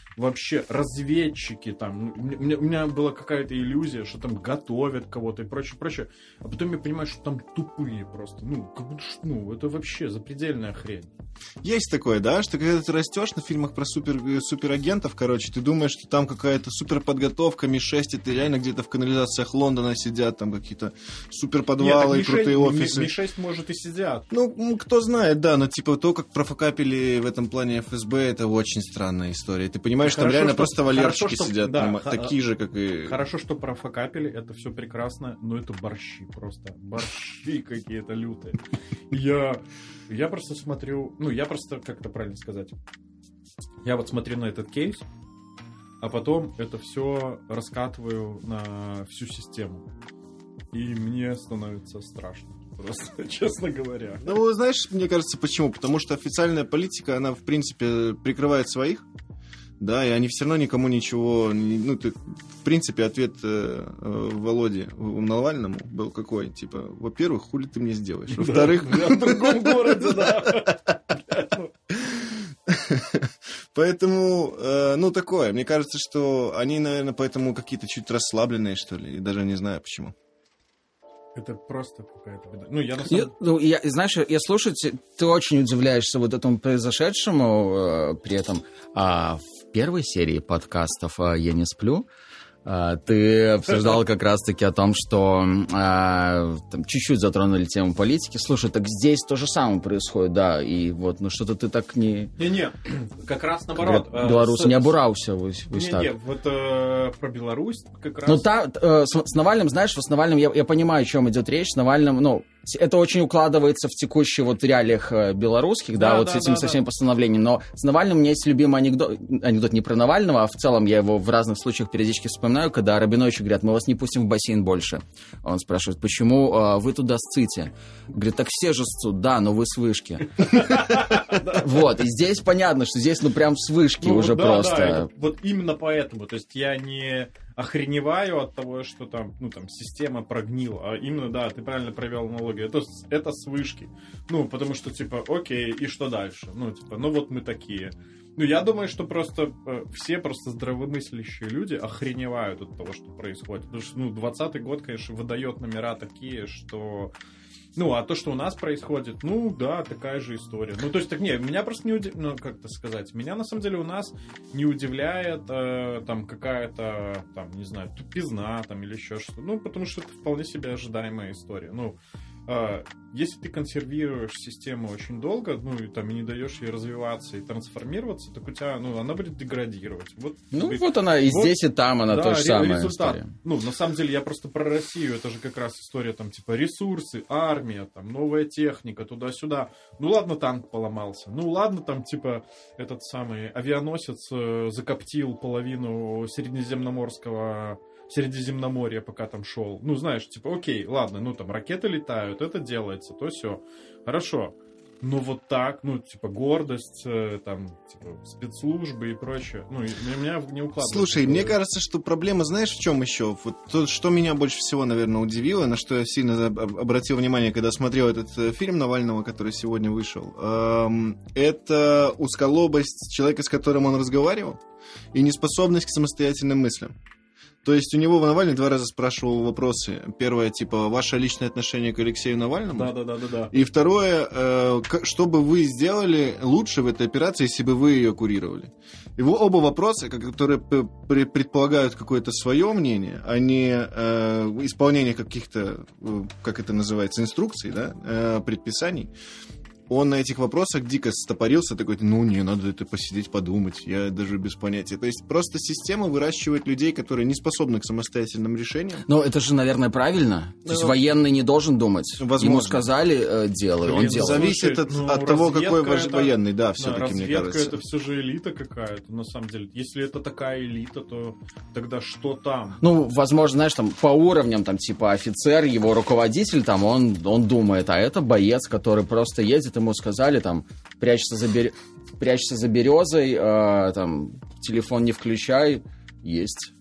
вообще разведчики там. У меня была какая-то иллюзия, что там готовят кого-то и прочее. А потом я понимаю, что там тупые просто. Это вообще запредельная хрень. Есть такое, да, что когда ты растешь на фильмах про суперагентов, короче, ты думаешь, что там какая-то суперподготовка, Ми-6, это реально где-то в канализациях Лондона сидят, там какие-то суперподвалы и крутые офисы. Ми-6, может, и сидят. Ну, кто знает, да, но типа то, как профокапили в этом плане ФСБ, это очень странная история. Ты понимаешь, там реально просто валерчики сидят, такие же, как и... Хорошо, что профокапили, это все прекрасно, но это борщи просто. Борщи какие-то лютые. Я просто смотрю... как это правильно сказать? Я вот смотрю на этот кейс, а потом это все раскатываю на всю систему. И мне становится страшно. Просто, честно говоря. Ну, знаешь, мне кажется, почему? Потому что официальная политика, она, в принципе, прикрывает своих, да, и они все равно никому ничего... в принципе, ответ Володи Навальному был какой? Типа, во-первых, хули ты мне сделаешь? Во-вторых... В другом городе, да. Поэтому, такое. Мне кажется, что они, наверное, поэтому какие-то чуть расслабленные, что ли. И даже не знаю, почему. Это просто какая-то беда. Знаешь, я слушаю, ты очень удивляешься вот этому произошедшему, при этом в первой серии подкастов «Я не сплю» ты обсуждал как раз-таки о том, что там, чуть-чуть затронули тему политики. Слушай, так здесь то же самое происходит, да, и вот, что-то ты так не... Не-не, как раз наоборот. Белорус не обурался. Не-не, вот про Беларусь как раз... Ну, с Навальным, знаешь, с Навальным я понимаю, о чем идет речь. С Навальным, это очень укладывается в текущие вот реалиях белорусских, с этими со всеми постановлениями. Но с Навальным у меня есть любимый анекдот не про Навального, а в целом я его в разных случаях периодически вспоминаю, когда Рабиновичу говорят, мы вас не пустим в бассейн больше. Он спрашивает, почему вы туда ссыте? Говорит, так все же ссут, да, но вы с вышки. Вот, и здесь понятно, что здесь прям с вышки уже просто. Вот именно поэтому, то есть я не охреневаю от того, что там, система прогнила, а именно, да, ты правильно провел аналогию, это с вышки. Потому что, окей, и что дальше? Вот мы такие. Я думаю, что просто все просто здравомыслящие люди охреневают от того, что происходит. Потому что, 20-й год, конечно, выдает номера такие, что... а то, что у нас происходит, да, такая же история. То есть, меня просто не удивляет, как это сказать, меня, на самом деле, у нас не удивляет там какая-то, там, не знаю, тупизна, там, или еще что-то. Потому что это вполне себе ожидаемая история. Если ты консервируешь систему очень долго, и не даешь ей развиваться и трансформироваться, так у тебя, она будет деградировать. Вот она и здесь, и там она та же самая история. На самом деле, я просто про Россию, это же как раз история, там, ресурсы, армия, там, новая техника, туда-сюда. Ладно, танк поломался. Ладно, там, этот самый авианосец закоптил половину Средиземноморья, пока там шел. Знаешь, окей, ладно, там ракеты летают, это делается, то все. Хорошо. Но вот так, гордость, там, спецслужбы и прочее. Меня не укладывается. Слушай, мне кажется, что проблема, знаешь, в чем еще? Вот то, что меня больше всего, наверное, удивило, на что я сильно обратил внимание, когда смотрел этот фильм Навального, который сегодня вышел, это узколобость человека, с которым он разговаривал, и неспособность к самостоятельным мыслям. То есть у него Навальный 2 раза спрашивал вопросы. Первое, ваше личное отношение к Алексею Навальному. Да. И второе, что бы вы сделали лучше в этой операции, если бы вы ее курировали. Его оба вопроса, которые предполагают какое-то свое мнение, а не исполнение каких-то, как это называется, инструкций, да, предписаний. Он на этих вопросах дико стопорился, такой, не, надо это посидеть, подумать, я даже без понятия. То есть просто система выращивает людей, которые не способны к самостоятельным решениям. Но это же, наверное, правильно. То есть военный не должен думать. Возможно. Ему сказали, делай, он делает. Зависит от того, какой военный, да, все-таки, мне кажется. Разведка — это все же элита какая-то, на самом деле. Если это такая элита, то тогда что там? Возможно, знаешь, там по уровням, там, офицер, его руководитель, там, он думает, а это боец, который просто едет, ему сказали, там, прячься за березой, там, телефон не включай, есть.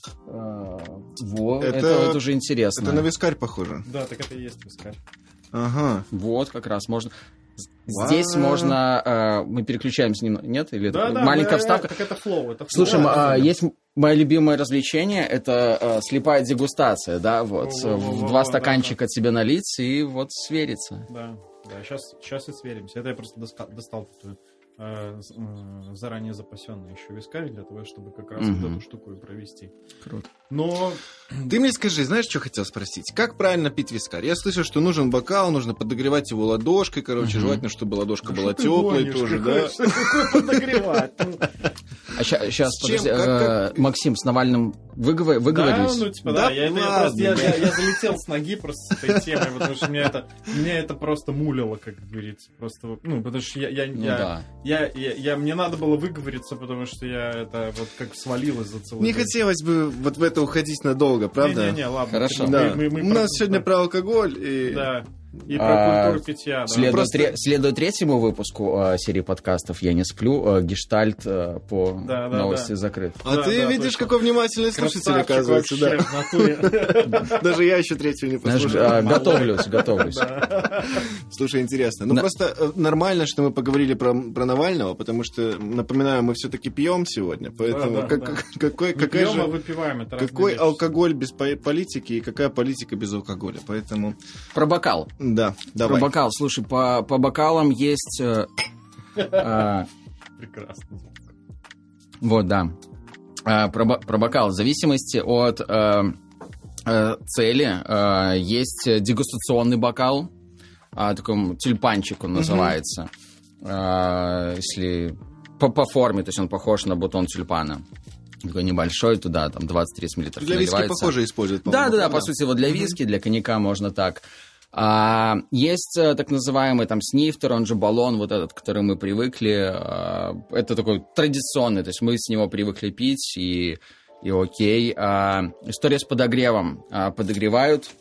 Это уже интересно. Это на вискарь похоже. Да, так это и есть вискарь. Ага. Вот, как раз можно... Здесь можно... мы переключаемся немного... Нет? Или Да, маленькая вставка? Так это флоу. Слушай, есть мое любимое развлечение, это слепая дегустация, да, вот. В 2 стаканчика тебе налить и вот свериться. Да, сейчас и сверимся. Это я просто достал заранее запасенный еще вискарь для того, чтобы как раз вот эту штуку и провести. Круто. Но... Ты мне скажи, знаешь, что хотел спросить? Как правильно пить вискарь? Я слышал, что нужен бокал, нужно подогревать его ладошкой, короче, желательно, чтобы ладошка была теплой тоже, да? Какой подогревать? А сейчас, подожди, Максим, с Навальным выговорились? Да, ну типа, да. Я залетел с ноги просто с этой темой, потому что меня это просто мулило, как говорится. Просто, ну, потому что мне надо было выговориться, потому что я это вот как свалилось за целый Не день. хотелось бы вот в это уходить надолго, правда? Не, ладно. Хорошо. Да. У нас сегодня про алкоголь и... Да. И про культуру питья. Да. Следует 3-му выпуску серии подкастов «Я не сплю», гештальт по новости закрыт. А ты видишь, точно. какой внимательный слушатель, оказывается. Вообще, Да. в натуре. Даже я еще 3-ю не послушал. Готовлюсь. Слушай, интересно. Ну, просто нормально, что мы поговорили про Навального, потому что, напоминаю, мы все-таки пьем сегодня, поэтому какой алкоголь без политики и какая политика без алкоголя, поэтому... Про бокал. Да, давай. Про бокал. Слушай, по бокалам есть... Прекрасно. Вот, да. Про бокал. В зависимости от цели есть дегустационный бокал. Такой тюльпанчик он называется. Если по форме, то есть он похож на бутон тюльпана. Такой небольшой, туда там 20-30 мл для виски похоже используют. Да, по сути, вот для виски, для коньяка можно так. Есть так называемый там снифтер, он же баллон, вот этот, к которому мы привыкли. Это такой традиционный, то есть мы с него привыкли пить, и окей. История с подогревом. Подогревают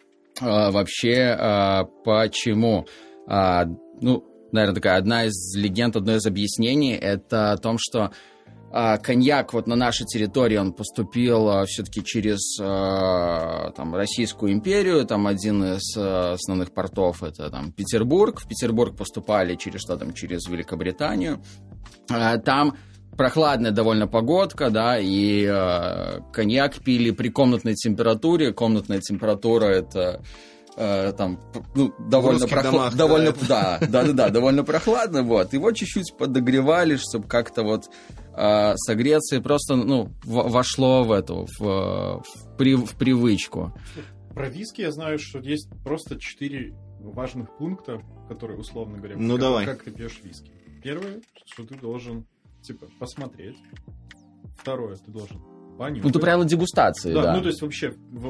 вообще почему? Ну, наверное, такая одна из легенд, одно из объяснений, это о том, что коньяк вот на нашей территории, он поступил все-таки через там, Российскую империю, там один из основных портов это там Петербург. В Петербург поступали через что там, через Великобританию. Там прохладная довольно погодка, да, и коньяк пили при комнатной температуре. Комнатная температура это там, ну, довольно прохладно, довольно прохладно, вот. Его чуть-чуть подогревали, чтобы как-то вот согреться, и просто, ну, вошло в эту, в привычку. Про виски я знаю, что есть просто 4 важных пункта, которые, условно говоря, ну, давай. Как ты пьешь виски. Первое, что ты должен, типа, посмотреть. Второе, ты должен понюхать. Ну, это правило дегустации, да. Ну, то есть, вообще,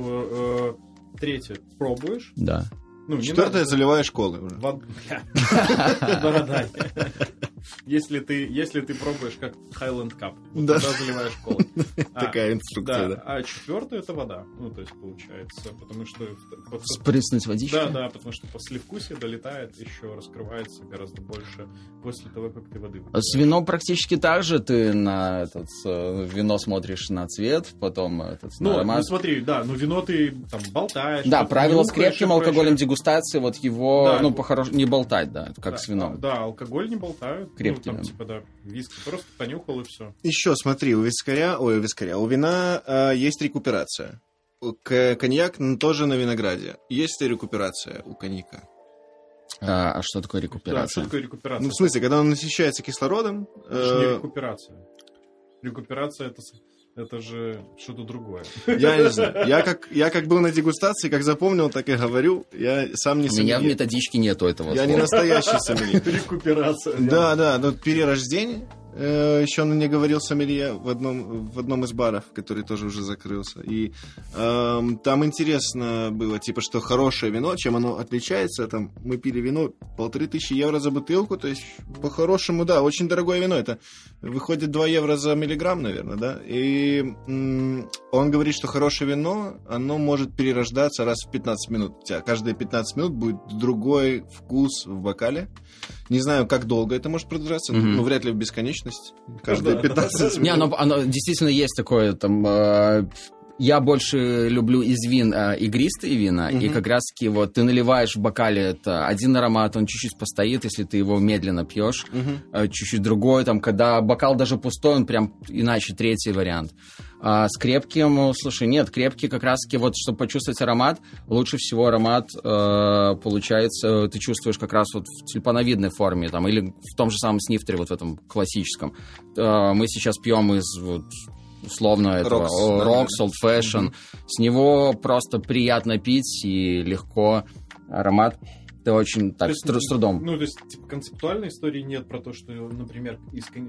третье, пробуешь. Да. Ну, четвертое, заливаешь колы уже. Бородай. Если ты пробуешь как Highland Cup, вот тогда заливаешь колу. Такая инструкция, да. А четвертое это вода. Ну, то есть, получается, потому что... Спрыснуть водичкой? Да, потому что послевкусие долетает, еще раскрывается гораздо больше после того, как ты воды выпиваешь. С вином практически так же. Ты на вино смотришь на цвет, потом на аромат. Ну, смотри, да, но вино ты там болтаешь. Да, правило с крепким алкоголем дегустации, вот его, ну, по-хорошему, не болтать, да, как с вином. Да, алкоголь не болтают. Крепкий. Ну, там, типа, да, виски просто понюхал и все. Еще смотри, у вина есть рекуперация. Коньяк тоже на винограде. Есть ли рекуперация у коньяка? А что такое рекуперация? Да, что такое рекуперация? Ну, в смысле, когда он насыщается кислородом... Это не рекуперация. Рекуперация это же что-то другое. Я не знаю. Я как был на дегустации, как запомнил, так и говорю. Я сам не сомелье. У меня в методичке нету этого слова. Я не настоящий сомелье. Рекуперация. Да, но перерождение. Еще он мне говорил сомелье в одном из баров, который тоже уже закрылся. И там интересно было, типа, что хорошее вино, чем оно отличается. Там мы пили вино 1500 евро за бутылку, то есть по-хорошему, да, очень дорогое вино. Это выходит 2 евро за миллиграмм, наверное, да. И он говорит, что хорошее вино, оно может перерождаться раз в 15 минут. У тебя каждые 15 минут будет другой вкус в бокале. Не знаю, как долго это может продолжаться, но вряд ли в бесконечность. Каждые 15 минут. Не, оно действительно есть такое, там, я больше люблю из вин игристые вина, и как раз-таки вот ты наливаешь в бокале это один аромат, он чуть-чуть постоит, если ты его медленно пьешь, чуть-чуть другой, там, когда бокал даже пустой, он прям иначе, третий вариант. С крепким, слушай, нет, крепкий как раз-таки, вот, чтобы почувствовать аромат, лучше всего аромат получается, ты чувствуешь как раз вот в тюльпановидной форме, там, или в том же самом снифтере, вот в этом классическом. Мы сейчас пьем из, вот, условно, этого Rocks, Old Fashion. С него просто приятно пить и легко. Аромат ты очень так с трудом. Ну, то есть, типа, концептуальной истории нет про то, что, например,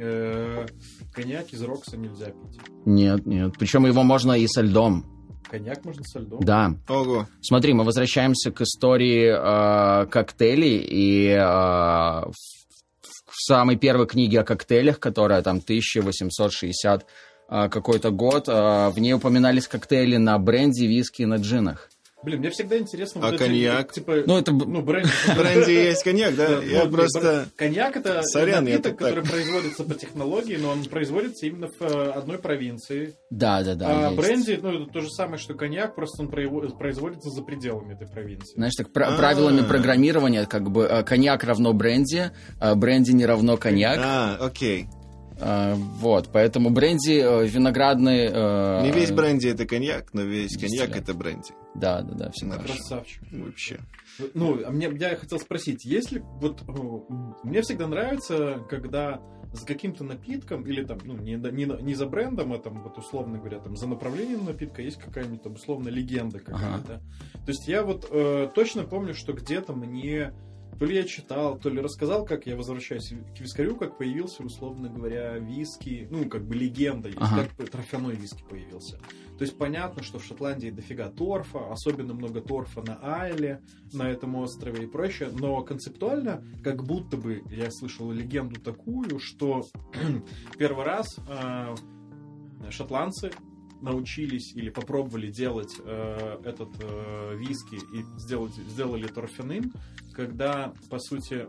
коньяк из Рокса нельзя пить. Нет. Причем его можно и со льдом. Коньяк можно со льдом? Да. Ого. Смотри, мы возвращаемся к истории коктейлей, и в самой первой книге о коктейлях, которая там 1860 какой-то год, в ней упоминались коктейли на бренди, виски и на джинах. Блин, мне всегда интересно... А вот коньяк? Типа, бренди. Бренди есть коньяк, да? Я просто... Коньяк — это напиток, который производится по технологии, но он производится именно в одной провинции. Да. А бренди, это то же самое, что коньяк, просто он производится за пределами этой провинции. Знаешь, так правилами программирования, как бы коньяк равно бренди, бренди не равно коньяк. Окей. Вот, поэтому бренди виноградный... Не весь бренди это коньяк, но весь коньяк это бренди. Да, всегда. Красавчик. Вообще. Я хотел спросить, если вот мне всегда нравится, когда за каким-то напитком, или там, не за брендом, а там, вот условно говоря, там, за направлением напитка есть какая-нибудь там условно легенда какая-то. То есть я вот точно помню, что где-то мне... То ли я читал, то ли рассказал, как я возвращаюсь к вискарю, как появился, условно говоря, виски, как бы легенда, как торфяной виски появился. То есть понятно, что в Шотландии дофига торфа, особенно много торфа на Айле, на этом острове и прочее, но концептуально, как будто бы я слышал легенду такую, что первый раз шотландцы научились или попробовали делать этот виски и сделали торфяным, когда, по сути,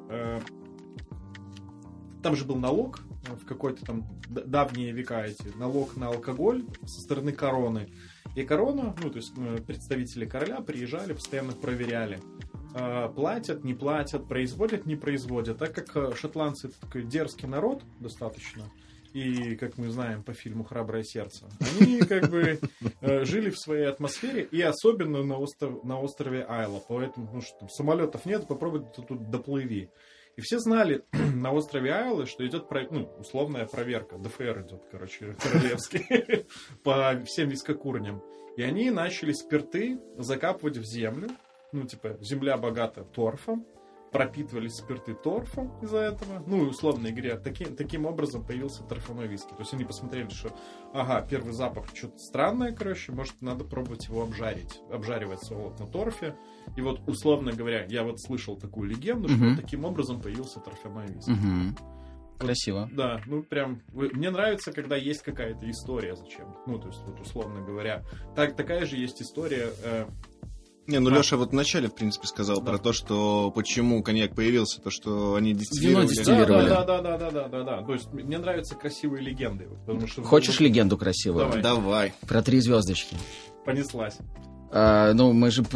там же был налог в какой-то там давние века налог на алкоголь со стороны короны. И корона, то есть представители короля приезжали, постоянно проверяли, платят, не платят, производят, не производят. Так как шотландцы такой дерзкий народ достаточно, и, как мы знаем по фильму «Храброе сердце», они как бы жили в своей атмосфере, и особенно на острове Айла. Поэтому, что там самолетов нет, попробуй ты тут доплыви. И все знали на острове Айла, что идет условная проверка. ДФР идет, королевский, по всем вискокурням. И они начали спирты закапывать в землю. Земля богата торфом. Пропитывались спирты торфом из-за этого. Условно говоря, таким образом появился торфяной виски. То есть они посмотрели, что первый запах что-то странное, может, надо пробовать его обжарить. Обжаривается на торфе. И вот, условно говоря, я вот слышал такую легенду, что таким образом появился торфяной виски. Красиво. Да, прям... Мне нравится, когда есть какая-то история зачем. То есть, вот, условно говоря. Такая же есть история... Леша вот вначале, в принципе, сказал про то, что почему коньяк появился, то, что они дистиллировали. Вино дистиллировали. Да. То есть мне нравятся красивые легенды. Потому что... Хочешь легенду красивую? Давай. Про 3 звездочки. Понеслась. Мы же...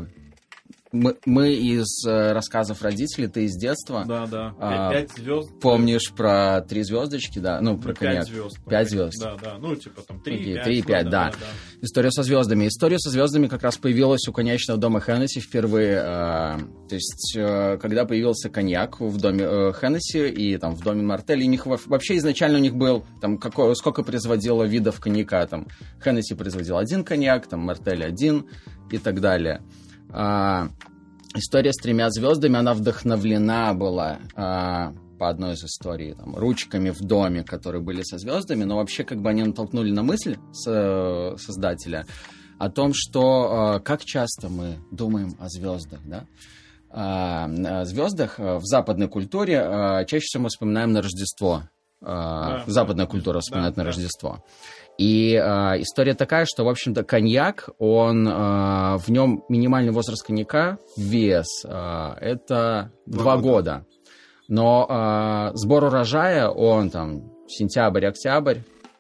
Мы из рассказов родителей, ты из детства. Да. 5 звезд. Помнишь про 3 звездочки, да? Про коньяк. 5 звезд. 5 звезд. Да. Там 3, 5. 3, 5, да. История со звездами. История со звездами как раз появилась у коньячного дома Хеннесси впервые. То есть, когда появился коньяк в доме Хеннесси и там в доме Мартелли, у них вообще изначально у них был там сколько производило видов коньяка. Там Хеннесси производил 1 коньяк, там Мартелли 1 и так далее. История с 3 звездами, она вдохновлена была по одной из историй ручками в доме, которые были со звездами, но вообще как бы они натолкнули на мысль создателя о том, что как часто мы думаем о звездах, да? О звездах в западной культуре чаще всего мы вспоминаем на Рождество. Западная культура вспоминает на Рождество. И история такая, что, в общем-то, коньяк, в нем минимальный возраст коньяка, вес, это 2 года. Но сбор урожая, он там сентябрь-октябрь,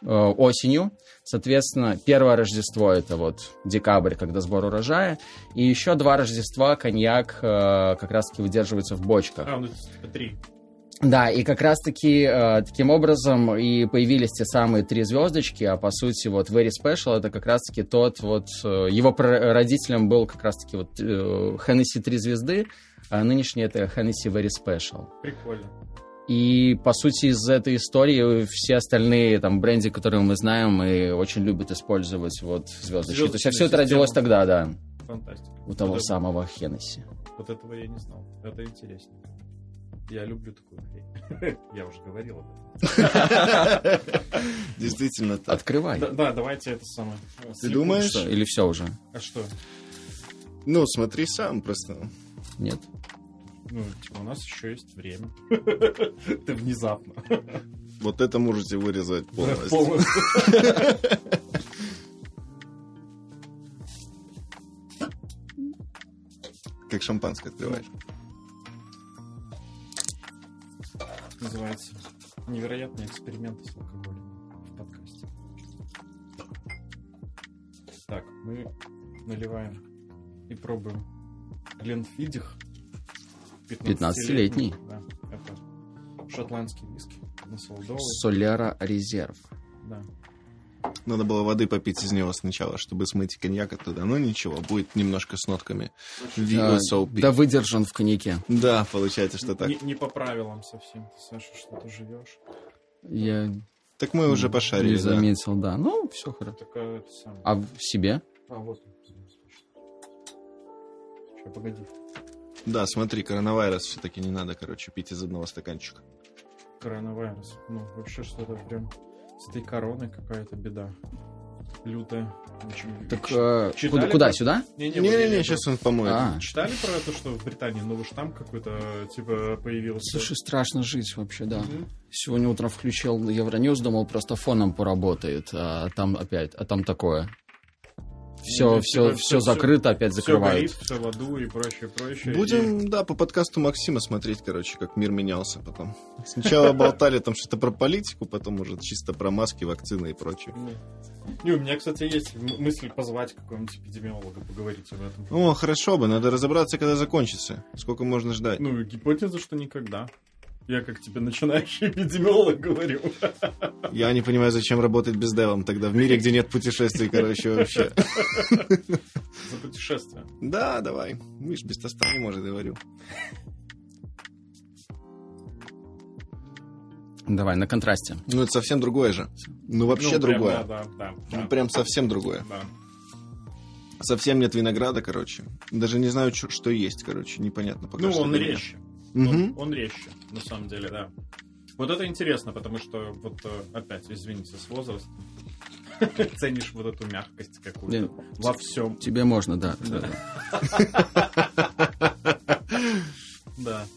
осенью. Соответственно, первое Рождество — это вот декабрь, когда сбор урожая. И еще 2 Рождества коньяк как раз-таки выдерживается в бочках. Ну, 3. Да, и как раз-таки таким образом и появились те самые 3 звездочки, а по сути вот Very Special — это как раз-таки тот вот... Его родителем был как раз-таки вот Hennessy 3 звезды, а нынешний это Hennessy Very Special. Прикольно. И, по сути, из этой истории все остальные там бренды, которые мы знаем, и очень любят использовать вот звездочки. То есть все это родилось тогда, да. Фантастика. У того самого Hennessy. Вот этого я не знал. Это интересно. Я люблю такую хрень. Я уже говорил об этом. Действительно так. Открывай. Да, давайте это самое. Ты думаешь? Что? Или все уже? А что? Ну, смотри сам просто. Нет? Ну, типа, у нас еще есть время. Ты внезапно. Вот это можете вырезать полностью. Полностью. Как шампанское открываешь. Называется «Невероятные эксперименты с алкоголем» в подкасте. Так, мы наливаем и пробуем Гленфидих. 15-летний. Да, это шотландский виски. Односолодовый. Солера Резерв. Да. Надо было воды попить из него сначала, чтобы смыть коньяк оттуда. Ну ничего, будет немножко с нотками VSOP. Да, выдержан в коньяке. Да, получается, что так. Не по правилам совсем. Ты, Саша, что-то живешь. Я Так мы уже пошарили, не заметил, да. Ну, все хорошо. Такая это самое. А в себе? А, вот. Сейчас, погоди. Да, смотри, коронавирус все-таки не надо, короче, пить из одного стаканчика. Коронавирус. Ну, вообще что-то прям с этой короной какая-то беда. Лютая. Так Читали куда? про- Сюда? Не-не-не, сейчас он помоет. Читали про это, что в Британии новый штамм какой-то, типа, появился? Слушай, страшно жить вообще, да. Мгм. Сегодня утром включил Евроньюз, думал, просто фоном поработает, а там опять, а там такое. Все, типа, все закрыто, опять закрывают. Все в аду и прочее. Будем, да, по подкасту Максима смотреть, короче, как мир менялся потом. Сначала болтали там что-то про политику, потом уже чисто про маски, вакцины и прочее. Не, у меня, кстати, есть мысль позвать какого-нибудь эпидемиолога, поговорить об этом. О, хорошо бы, надо разобраться, когда закончится. Сколько можно ждать? Ну, гипотеза, что никогда. Я как тебе начинающий эпидемиолог говорю. Я не понимаю, зачем работать бездевом тогда в мире, где нет путешествий, короче, вообще. За путешествие. Да, давай. Видишь, без тоста не может, говорю. Давай, на контрасте. Ну, это совсем другое же. Ну, вообще Ну, прям, другое. Да. Ну, прям совсем другое. Да. Совсем нет винограда, короче. Даже не знаю, что есть, короче. Непонятно пока Ну, что. он для меня. резче. Мгм. Он резче, на самом деле, да. Вот это интересно, потому что, вот опять, извините, с возрастом ценишь вот эту мягкость какую-то во всем. Тебе можно, да. Да.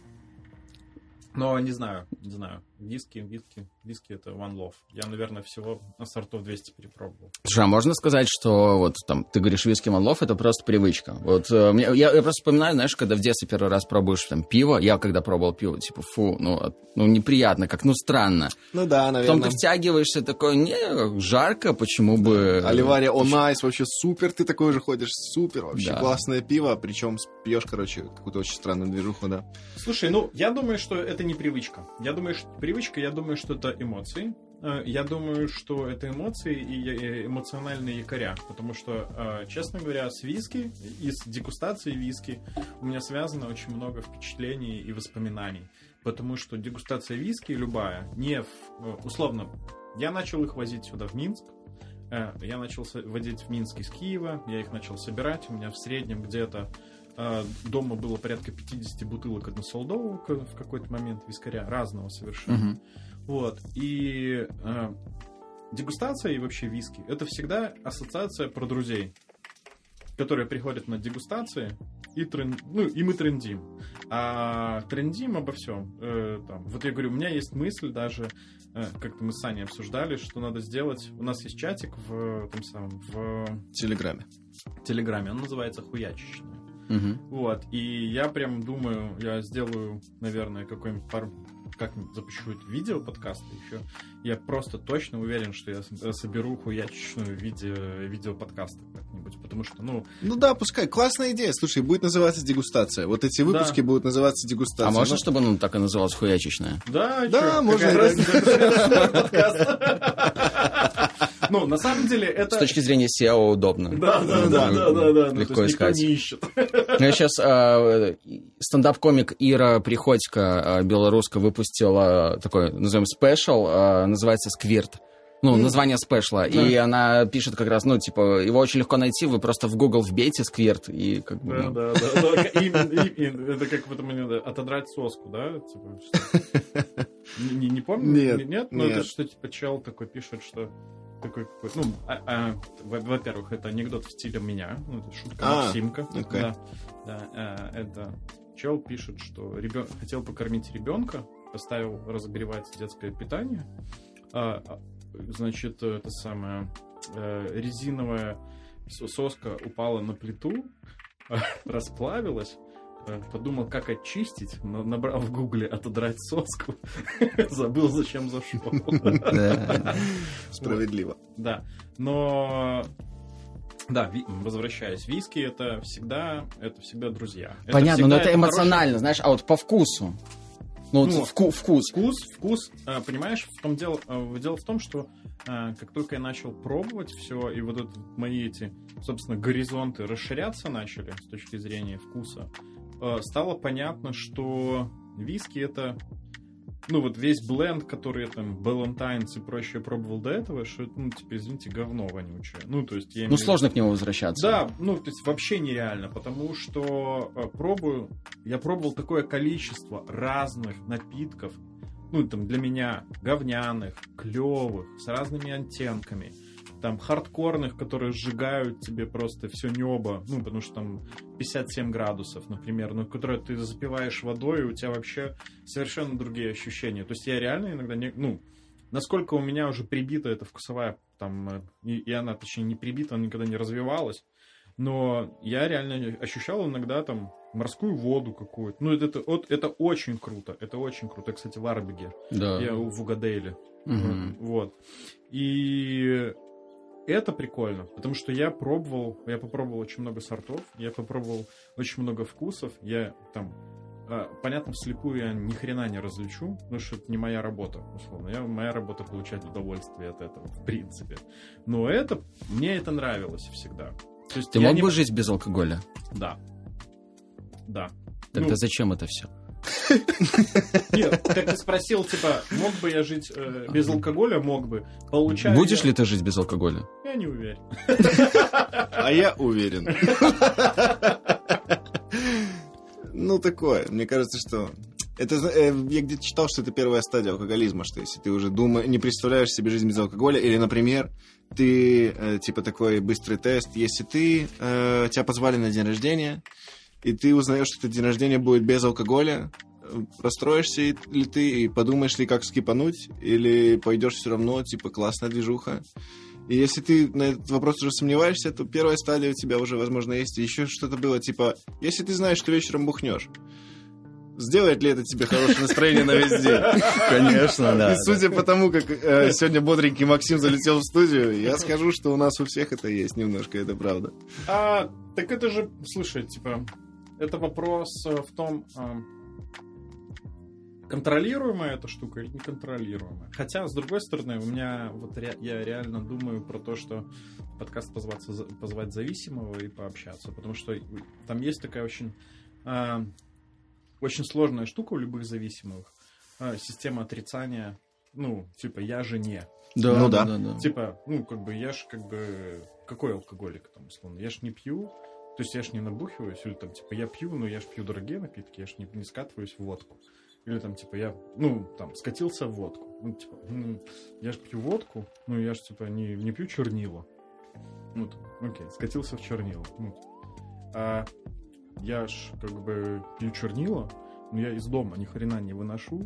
Но не знаю. Виски это one love. Я, наверное, всего сортов 200 перепробовал. Слушай, а можно сказать, что вот там ты говоришь виски Манлов, это просто привычка. Вот я просто вспоминаю, знаешь, когда в детстве первый раз пробуешь там пиво, я когда пробовал пиво, типа, фу, ну неприятно, как, ну странно. Ну да, Потом наверное. ты втягиваешься, такой, не, жарко, почему бы... Оливария on ice вообще супер, ты такой же ходишь, супер, вообще Да. классное пиво, причем пьешь, короче, какую-то очень странную движуху, да. Слушай, ну, я думаю, что это не привычка. Я думаю, что это эмоции. Я думаю, что это эмоции и эмоциональные якоря. Потому что, честно говоря, с виски и с дегустацией виски у меня связано очень много впечатлений и воспоминаний. Потому что дегустация виски любая, условно, я начал их возить сюда, в Минск. Я начал водить в Минск из Киева, я их начал собирать. У меня в среднем где-то дома было порядка 50 бутылок односолодового в какой-то момент вискаря, разного совершенно. Мгм. Вот. И дегустация и вообще виски — это всегда ассоциация про друзей, которые приходят на дегустации, и мы трендим. А трендим обо всем. Вот я говорю, у меня есть мысль даже, как-то мы с Саней обсуждали, что надо сделать. У нас есть чатик в Телеграме. Телеграме, он называется «Хуячечная». Мгм. Вот, и я прям думаю, я сделаю, наверное, какой-нибудь как-нибудь запущу видео-подкасты еще, я просто точно уверен, что я соберу хуячечную видео-подкасты как-нибудь, потому что, Ну да, пускай. Классная идея. Слушай, будет называться дегустация. Вот эти выпуски будут называться дегустация. А можно, чтобы оно так и называлось, хуячечная? Да, можно. Ну, на самом деле, это... С точки зрения SEO удобно. Да. Легко искать. Никто не ищет. Я сейчас стендап-комик Ира Приходько, белоруска, выпустила такой, назовем, спешл, называется «Сквирт». Ну, название спешла. Да. И она пишет как раз, ну, типа, его очень легко найти, вы просто в Google вбейте «Сквирт», и как бы... Да. Это как в этом отодрать соску, да? Не помню? Нет? Ну, это что, типа, чел такой пишет, что... Такой какой-то, ну, во-первых, это анекдот в стиле меня, ну, это шутка Максимка. Okay. Да, это чел пишет, что хотел покормить ребенка, поставил разогревать детское питание, значит, это самое резиновая соска упала на плиту, расплавилась. Подумал, как очистить, но набрал в гугле «отодрать соску», забыл, зачем зашел. Справедливо. Да, но... Да, возвращаясь, виски это всегда друзья. Понятно, но это эмоционально, знаешь, а вот по вкусу. Ну, вкус. Вкус, понимаешь, дело в том, что как только я начал пробовать все, и вот мои эти, собственно, горизонты расширяться начали с точки зрения вкуса, стало понятно, что виски это, ну вот весь бленд, который там Ballantines и прочее пробовал до этого, что это, ну, типа, извините, говно вонючее. Ну, то есть я сложно к нему возвращаться. Да, ну, то есть вообще нереально, потому что я пробовал такое количество разных напитков, ну, там, для меня говняных, клевых, с разными оттенками, там, хардкорных, которые сжигают тебе просто все небо, ну, потому что там 57 градусов, например, ну, которые ты запиваешь водой, и у тебя вообще совершенно другие ощущения. То есть я реально иногда, насколько у меня уже прибита эта вкусовая, там, и она, точнее, не прибита, она никогда не развивалась, но я реально ощущал иногда там морскую воду какую-то. Ну, это очень круто, это очень круто. Я, кстати, в Арбиге, я в Угадейле, вот. И... это прикольно, потому что я попробовал очень много сортов, я попробовал очень много вкусов, я там, понятно, вслепую я ни хрена не различу, потому что это не моя работа, условно. Моя работа получать удовольствие от этого, в принципе. Но мне это нравилось всегда. То есть ты мог бы жить без алкоголя? Да. Тогда зачем это все? Нет, как ты спросил, типа, мог бы я жить без алкоголя? Мог бы. Будешь ли ты жить без алкоголя? Я не уверен. А я уверен. Ну, такое. Мне кажется, что... я где-то читал, что это первая стадия алкоголизма, что если ты уже не представляешь себе жизнь без алкоголя, или, например, ты, типа, такой быстрый тест, если тебя позвали на день рождения, и ты узнаешь, что этот день рождения будет без алкоголя, расстроишься ли ты и подумаешь ли, как скипануть, или пойдешь все равно, типа, классная движуха. И если ты на этот вопрос уже сомневаешься, то первая стадия у тебя уже, возможно, есть. И еще что-то было, типа, если ты знаешь, что вечером бухнешь, сделает ли это тебе хорошее настроение на весь день? Конечно, да. И судя по тому, как сегодня бодренький Максим залетел в студию, я скажу, что у нас у всех это есть немножко, это правда. Так это же, слушай, типа... Это вопрос в том, контролируемая эта штука или неконтролируемая. Хотя, с другой стороны, у меня я реально думаю про то, что подкаст позвать зависимого и пообщаться. Потому что там есть такая очень сложная штука у любых зависимых. Система отрицания, ну, типа, я же не. Да, да. Типа, ну, как бы, я ж как бы... Какой алкоголик там, условно? Я ж не пью. То есть я ж не набухиваюсь, или там, типа, я пью, но я ж пью дорогие напитки, я ж не скатываюсь в водку. Или там, типа, я, скатился в водку. Ну, типа, я ж пью водку, ну, я ж, типа, не пью чернила. Ну, окей, скатился в чернила. А я ж, как бы, пью чернила, но я из дома ни хрена не выношу.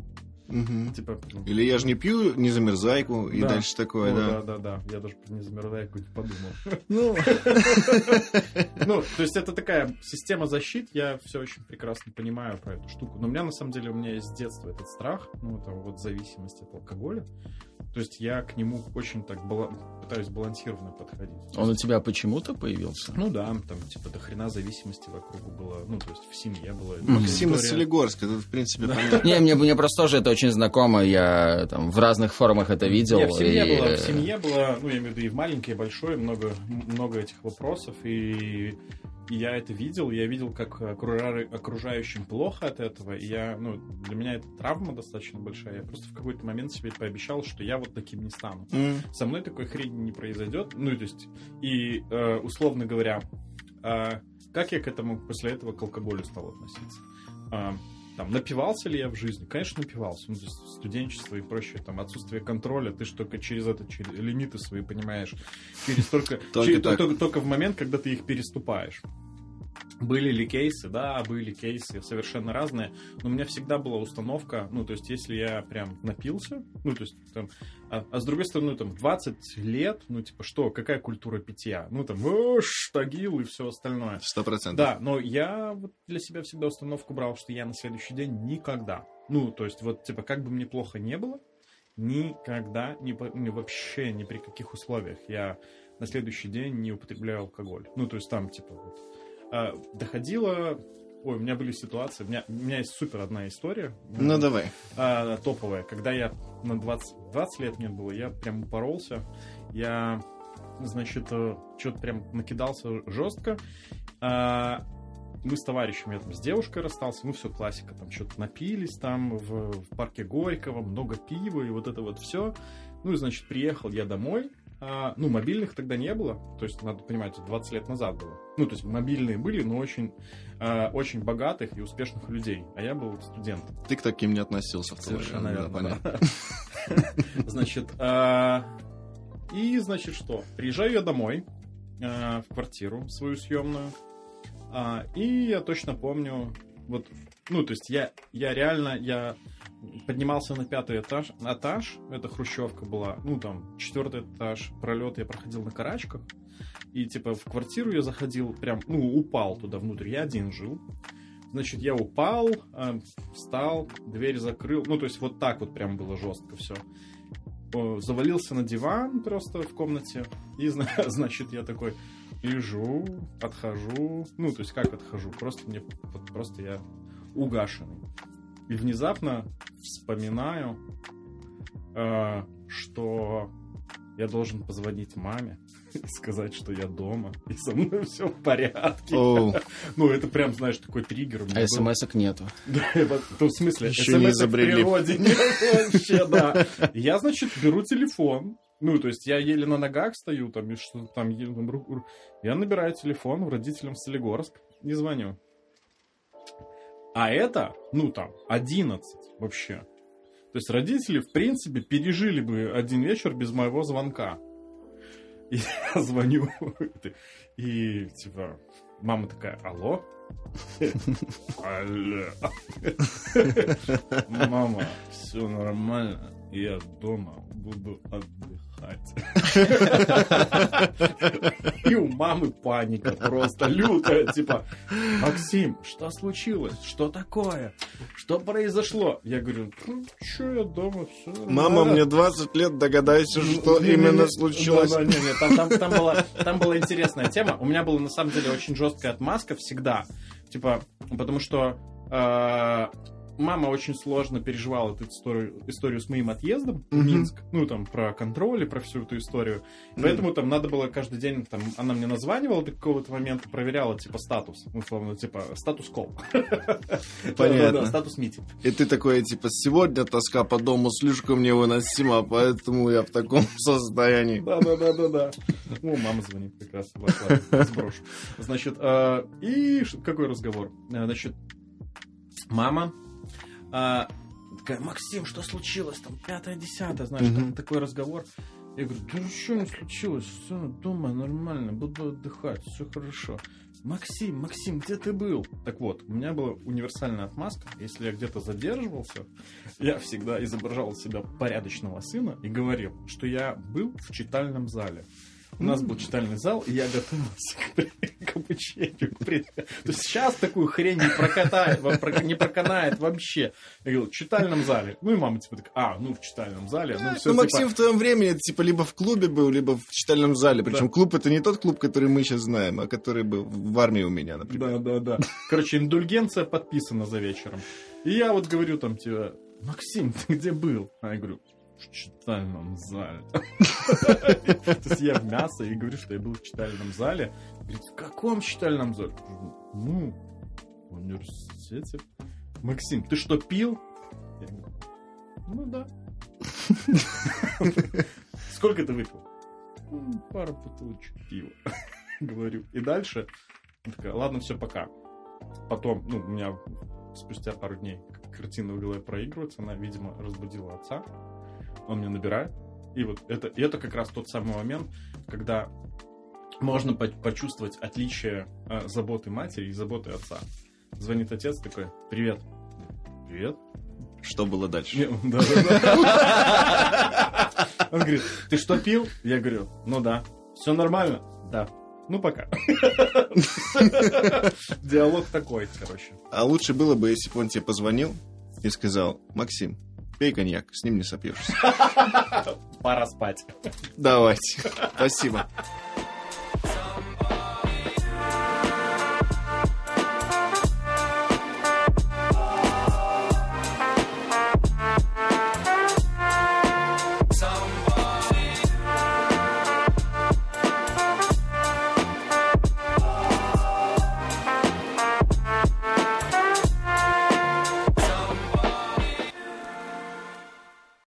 Типа... Или я же не пью незамерзайку, и дальше такое, да. Да. Я даже про незамерзайку не подумал. Ну, то есть это такая система защит, я все очень прекрасно понимаю про эту штуку. Но у меня, на самом деле, есть с детства этот страх, зависимость от алкоголя. То есть я к нему очень так пытаюсь балансированно подходить. Он у тебя почему-то появился? Ну да, там типа до хрена зависимости вокруг было, то есть в семье было. Максим из Солигорска, это в принципе понятно. Не, мне просто тоже это очень знакомо, я там в разных форумах это видел. В семье было, я имею в виду и в маленькой, и большой, много этих вопросов, и я это видел, как окружающим плохо от этого, и для меня это травма достаточно большая, я просто в какой-то момент себе пообещал, что я вот таким не стану. Со мной такой хрень не произойдет, условно говоря, как я к этому после этого к алкоголю стал относиться? Напивался ли я в жизни? Конечно, напивался. Студенчество и прочее, отсутствие контроля. Ты же только через лимиты свои понимаешь. Только в момент, когда ты их переступаешь. Были ли кейсы? Да, были кейсы совершенно разные. Но у меня всегда была установка, если я прям напился, а с другой стороны, 20 лет, какая культура питья? Штагил и все остальное. 100%. Да, но я для себя всегда установку брал, что я на следующий день никогда. Как бы мне плохо не было, никогда, вообще ни при каких условиях я на следующий день не употребляю алкоголь. Доходило... Ой, у меня были ситуации... У меня есть супер одна история. Ну, давай. Топовая. Когда я на 20 лет мне было, я прям упоролся. Я, что-то прям накидался жестко. Мы с товарищем, я с девушкой расстался. Все, классика. Что-то напились в парке Горького, много пива и вот это вот все. Приехал я домой. Мобильных тогда не было, то есть, надо понимать, 20 лет назад было. То есть, мобильные были, но очень, очень богатых и успешных людей, а я был студентом. Ты к таким не относился в то время. Совершенно верно, да. Что? Приезжаю я домой, в квартиру свою съемную, и я точно помню, я реально поднимался на 5-й этаж, это хрущевка была, 4-й этаж, пролет я проходил на карачках, и в квартиру я заходил, прям, упал туда внутрь, я один жил, я упал, встал, дверь закрыл, вот так вот прям было жестко все. Завалился на диван просто в комнате, и, я такой лежу, отхожу, как отхожу, просто я угашенный. И внезапно вспоминаю, что я должен позвонить маме и сказать, что я дома, и со мной все в порядке. Это прям, такой триггер. А смс-ок нету. Да, в смысле, еще не изобрели. В природе нет вообще, да. Я, беру телефон, я еле на ногах стою, и что-то там, я набираю телефон родителям в Солигорск и звоню. А это, 11 вообще. То есть родители, в принципе, пережили бы один вечер без моего звонка. И я звоню, и, мама такая, алло? Алло. Мама, все нормально, я дома буду отдыхать. И у мамы паника просто лютая, Максим, что случилось? Что такое? Что произошло? Я говорю, что я дома, все. Мама, мне 20 лет, догадайся, что именно случилось. Там была интересная тема. У меня была, на самом деле, очень жесткая отмазка всегда. Потому что мама очень сложно переживала эту историю с моим отъездом в Минск. Про контроль и про всю эту историю. Поэтому надо было каждый день, она мне названивала до какого-то момента, проверяла, статус. Условно, статус-кол. Понятно. Статус митинг. И ты такой, сегодня тоска по дому слишком невыносима, поэтому я в таком состоянии. Да. Мама звонит как раз. Ладно, сброшу. И какой разговор? Мама такая, Максим, что случилось? 5-10, такой разговор. Я говорю, да ничего не случилось, все дома нормально, буду отдыхать, все хорошо. Максим, где ты был? Так вот, у меня была универсальная отмазка. Если я где-то задерживался, я всегда изображал себя порядочного сына и говорил, что я был в читальном зале. У нас был читальный зал, и я готовился к обучению. То есть сейчас такую хрень не проканает вообще. Я говорил, в читальном зале. Ну и мама типа такая, в читальном зале. Ну, Максим в твоем времени это типа либо в клубе был, либо в читальном зале. Причем клуб это не тот клуб, который мы сейчас знаем, а который был в армии у меня, например. Да. Короче, индульгенция подписана за вечером. И я вот говорю там типа, Максим, ты где был? А я говорю, в читальном зале. То есть я в мясо и говорю, что я был в читальном зале. Говорит, в каком читальном зале? Ну, в университете. Максим, ты что, пил? Я говорю, ну да. Сколько ты выпил? Пару бутылочек пива. Говорю. И дальше она такая, ладно, все, пока. Потом, у меня спустя пару дней картина в голове проигрывается. Она, видимо, разбудила отца. Он мне набирает. И вот это как раз тот самый момент, когда можно почувствовать отличие заботы матери и заботы отца. Звонит отец такой, привет. Привет. Что было дальше? Да. Он говорит, ты что, пил? Я говорю, ну да. Все нормально? Да. Ну, пока. Диалог такой, короче. А лучше было бы, если бы он тебе позвонил и сказал, Максим, пей коньяк, с ним не сопьешься. Пора спать. Давайте. Спасибо.